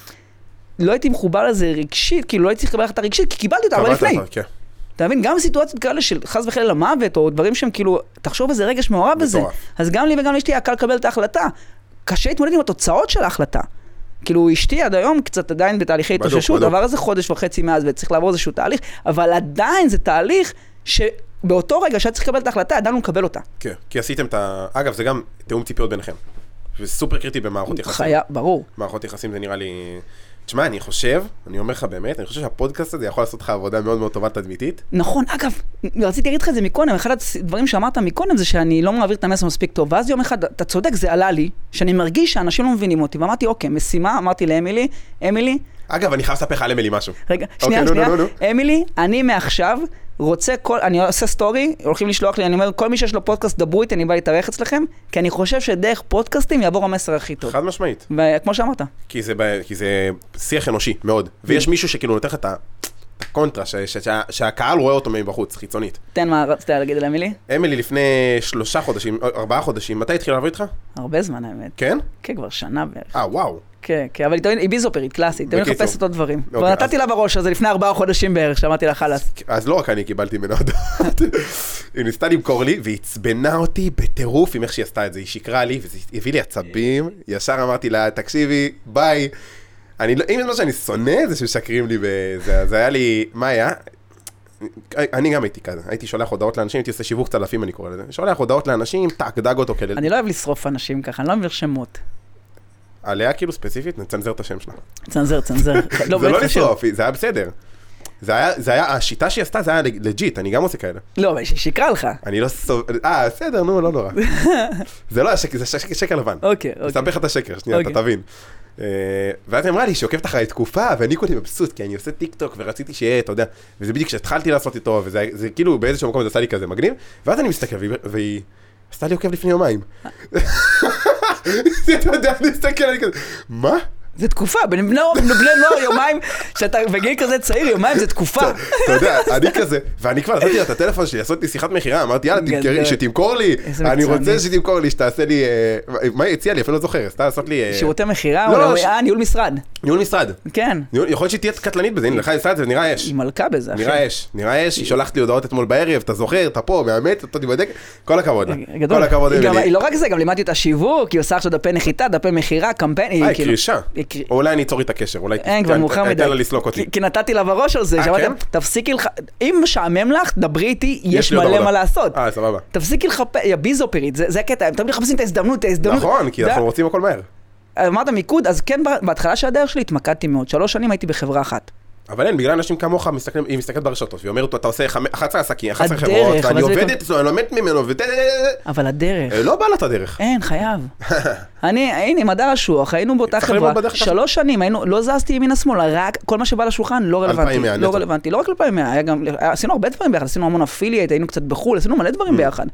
לא הייתי מחובר לזה רגשית, כאילו לא הייתי צריך לקבל החלטה רגשית, כי קיבלתי אותה הרבה לפני. אתה מבין, גם סיטואציות כאלה של חס וחלילה למוות, או דברים שהם כאילו, תחשוב איזה רגש מעורב בזה. אז גם לי וגם לאשתי היה קל לקבל את ההחלטה. קשה להתמודד עם התוצאות של ההחלטה. כאילו, אשתי עד היום קצת עדיין בתהליכי התאוששות, עבר איזה חודש וחצי מאז, וצריך לעבור איזשהו תהליך, אבל עדיין זה תהליך שבאותו רגע שאת צריך לקבל את ההחלטה, עדיין הוא מקבל אותה. כן, כי עשיתם את אגב, זה גם תאום ציפיות ביניכם. וסופר קריטי במערכות יחסים. ברור. מערכות יחסים זה נראה לי... תשמע, אני אומר לך באמת, אני חושב שהפודקאסט הזה יכול לעשות לך עבודה מאוד מאוד טובה תדמיתית. נכון, אגב, רציתי להגיד לך את זה מקודם, אחד הדברים שאמרת מקודם זה שאני לא מעביר את המסר מספיק טוב, ואז יום אחד, אתה צודק, זה עלה לי, שאני מרגיש שאנשים לא מבינים אותי, ואמרתי, אוקיי, משימה, אמרתי לאמילי, אגב, אני חייב לספר לך על אמילי משהו. רגע, שנייה, אמילי, אני מעכשיו רוצה אני עושה סטורי, הולכים לשלוח לי, אני אומר, כל מי שיש לו פודקאסט, דברו איתי, אני בא להתארח אצלכם, כי אני חושב שדרך פודקאסטים יעבור המסר הכי טוב. חד משמעית. וכמו שאמרת. כי זה שיח אנושי, מאוד. ויש מישהו שכאילו נותן לך את הקונטרה, שהקהל רואה אותו מבחוץ, חיצונית. תן מה רצית להגיד על אמילי? אמילי לפני 3 חודשים, 4 חודשים, מתי התחילה לעבוד איתך? הרבה זמן האמת. כן? כן, כבר שנה בערך. וואו. כן, אבל היא ביזופרית, קלאסית, תמיד מחפשת עוד דברים. כבר נתתי לה בראש, אז זה לפני 4 חודשים בערך, שאמרתי לה חלס. אז לא רק אני קיבלתי ממנו הודעות. היא ניסתה למכור לי, והיא עצבנה אותי בטירוף עם איך שהיא עשתה את זה. היא שקרה לי, וזה הביא לי עצבים. ישר אמרתי לה, תקשיבי, ביי. אם זה לא שאני שונא את זה שמשקרים לי בזה, אז היה לי, מה היה? אני גם הייתי כזה, הייתי שולח הודעות לאנשים, הייתי עושה שיווק צלפים, אני קורא לזה. שולח הודעות לאנשים, טק, דג אותו כאלה. אני לא אוהב לשרוף אנשים ככה, אני לא אוהב שמות. עליה כאילו ספציפית, נצנזר את השם שלה. צנזר. זה לא לשרוף, זה היה בסדר. זה היה, השיטה שהיא עשתה, זה היה לג'יט, אני גם עושה כאלה. לא, אבל שיקרה לך. אני לא בסדר, נו, לא נורא. זה לא, זה שקר לבן. אוקיי. אספר לך את השקר, שנייה, אתה תבין. ואז אמרה לי שעוקבת אחרי תקופה, ואני קודם מבסוט, כי אני עושה טיק טוק, ורציתי שיהיה, אתה יודע, וזה בדיוק כשהתחלתי לעשות איתו, וזה כאילו באיזשהו מקום זה עשה לי כזה מגניב, ואז אני מסתכל, והיא עשתה לי עוקב לפני יומיים. אתה יודע, אני מסתכל, אני כזה, מה? זה תקופה, בין בני נוער יומיים, שאתה בגיל כזה צעיר, יומיים זה תקופה. אתה יודע, אני כזה, ואני כבר נתתי לה את הטלפון שלי, לעשות לי שיחת מחירה, אמרתי, יאללה, שתמכור לי, אני רוצה שתמכור לי, שתעשה לי, מה היא הציעה לי, אפילו לא זוכר, סתם לעשות לי... שירותי מחירה, ניהול משרד. ניהול משרד. כן. יכול להיות שהיא תהיה קטלנית בזה, הנה לך משרד, זה נראה אש. היא מלכה בזה, אחי. נראה אש, היא שולחת לי הודעות אתמול בערב, אתה זוכר, אתה פה, מאמת, אתה תיבדק, כל הכבוד לה. כל הכבוד אמילי. היא לא רק זה, גם לימדתי את השיווק, היא עושה עכשיו דפי נחיתה, דפי מחירה, קמפיין. היא קרישה. או אולי אני אצור איתה קשר, אולי תן לה לסלוק אותי. כי נתתי לה בראש על זה, שאמרתי, תפסיקי לך, אם משעמם לך, דברי איתי, יש מלא מה לעשות. סבבה. תפסיקי לחפש, יא ביזופרית, זה הקטע, הם תמיד מחפשים את ההזדמנות. נכון, כי אנחנו רוצים הכל מהר. אמרת מיקוד, אז כן, בהתחלה של הדרך שלי התמקדתי מאוד, 3 שנים הייתי בחברה אחת. אבל אין, בגלל אנשים כמוך, היא מסתכלת ברשתות, והיא אומרת, אתה עושה 11 עסקים, 11 חברות, ואני עובדת, אני לומדת ממנו, אבל הדרך. לא בא לה את הדרך. אין, חייב. הנה, מדע השוח, היינו באותה חברה, 3 שנים, לא זזתי ימינה שמאלה, רק כל מה שבא לשולחן לא רלוונטי. לא רק 2100, עשינו הרבה דברים ביחד, עשינו המון אפילייט, היינו קצת בחול, עשינו מלא דברים ביחד.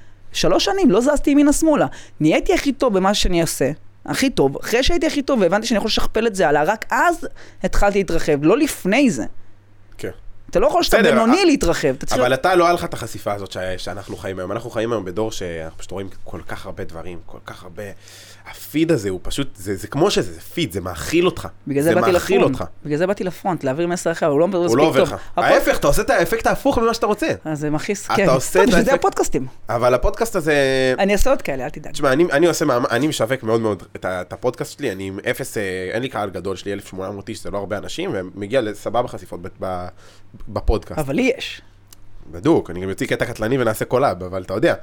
3 שנים, לא זזתי ימינה שמאלה. נהייתי הכי טוב במה שאני עושה. הכי טוב, אחרי שהייתי הכי טוב והבנתי שאני יכול לשכפל את זה עלה, רק אז התחלתי להתרחב, לא לפני זה. כן. אתה לא יכול שאתה בינוני להתרחב. אבל אתה לא היה לך את החשיפה הזאת שאנחנו חיים היום. אנחנו חיים היום בדור שאנחנו פשוט רואים כל כך הרבה דברים, כל כך הרבה... הפיד הזה הוא פשוט, זה כמו שזה, זה פיד, זה מאכיל אותך. זה מאכיל אותך. בגלל זה באתי לפרונט, להעביר מסר אחר, הוא לא עובר לך. ההפך, אתה עושה את האפקט ההפוך ממה שאתה רוצה. אז זה מכיס, כן. זה הפודקאסטים. אבל הפודקאסט הזה... אני אעשה עוד כאלה, אל תדאג. תשמע, אני משווק מאוד מאוד את הפודקאסט שלי, אני עם אפס, אין לי קהל גדול שלי, 1,800 איש, זה לא הרבה אנשים, ומגיע לסבבה חשיפות בפודקאסט. אבל לי יש. בדוק, אני גם יוציא קטע קטלני ונעשה קולאב, אבל אתה יודע.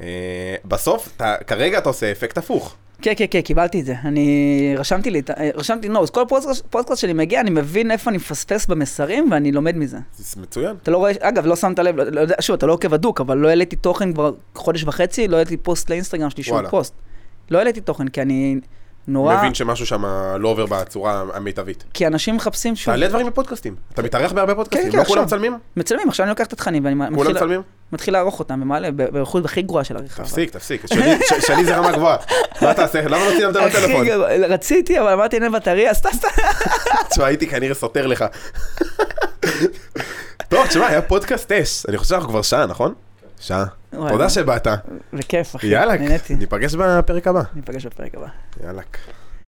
בסוף, כרגע אתה עושה אפקט הפוך. כן, קיבלתי את זה. אני רשמתי, אז כל פודקאסט שלי מגיע, אני מבין איפה אני מפספס במסרים, ואני לומד מזה. זה מצוין. אתה לא רואה, אגב, לא שמת לב, שוב, אתה לא עוקב הדוק, אבל לא העליתי תוכן כבר חודש וחצי, לא העליתי פוסט לאינסטגרם שלי, שום פוסט. לא העליתי תוכן, כי אני נורא... מבין שמשהו שם לא עובר בצורה המיטבית. כי אנשים מחפשים שוב... תעלה דברים בפודקאסטים. אתה מתארח בהרבה פודקאסטים. לא כולם מצלמים? מצלמים, עכשיו אני לוקח את התכנים, ואני כולם מצלמים? מתחיל לערוך אותם, ומעלה, באיכות הכי גרועה של העריכה. תפסיק. שלי זה רמה גבוהה. מה תעשה? למה לא צילמת בטלפון? רציתי, אבל אמרתי, אין בטריה, סתם. תשמע, הייתי כנראה סותר לך. טוב, תשמע, היה פודקאסט אש. אני חושב שאנחנו כבר שעה, נכון? שעה. תודה שבאת. בכיף, אחי. יאללה, ניפגש בפרק הבא. ניפגש בפרק הבא. יאללה.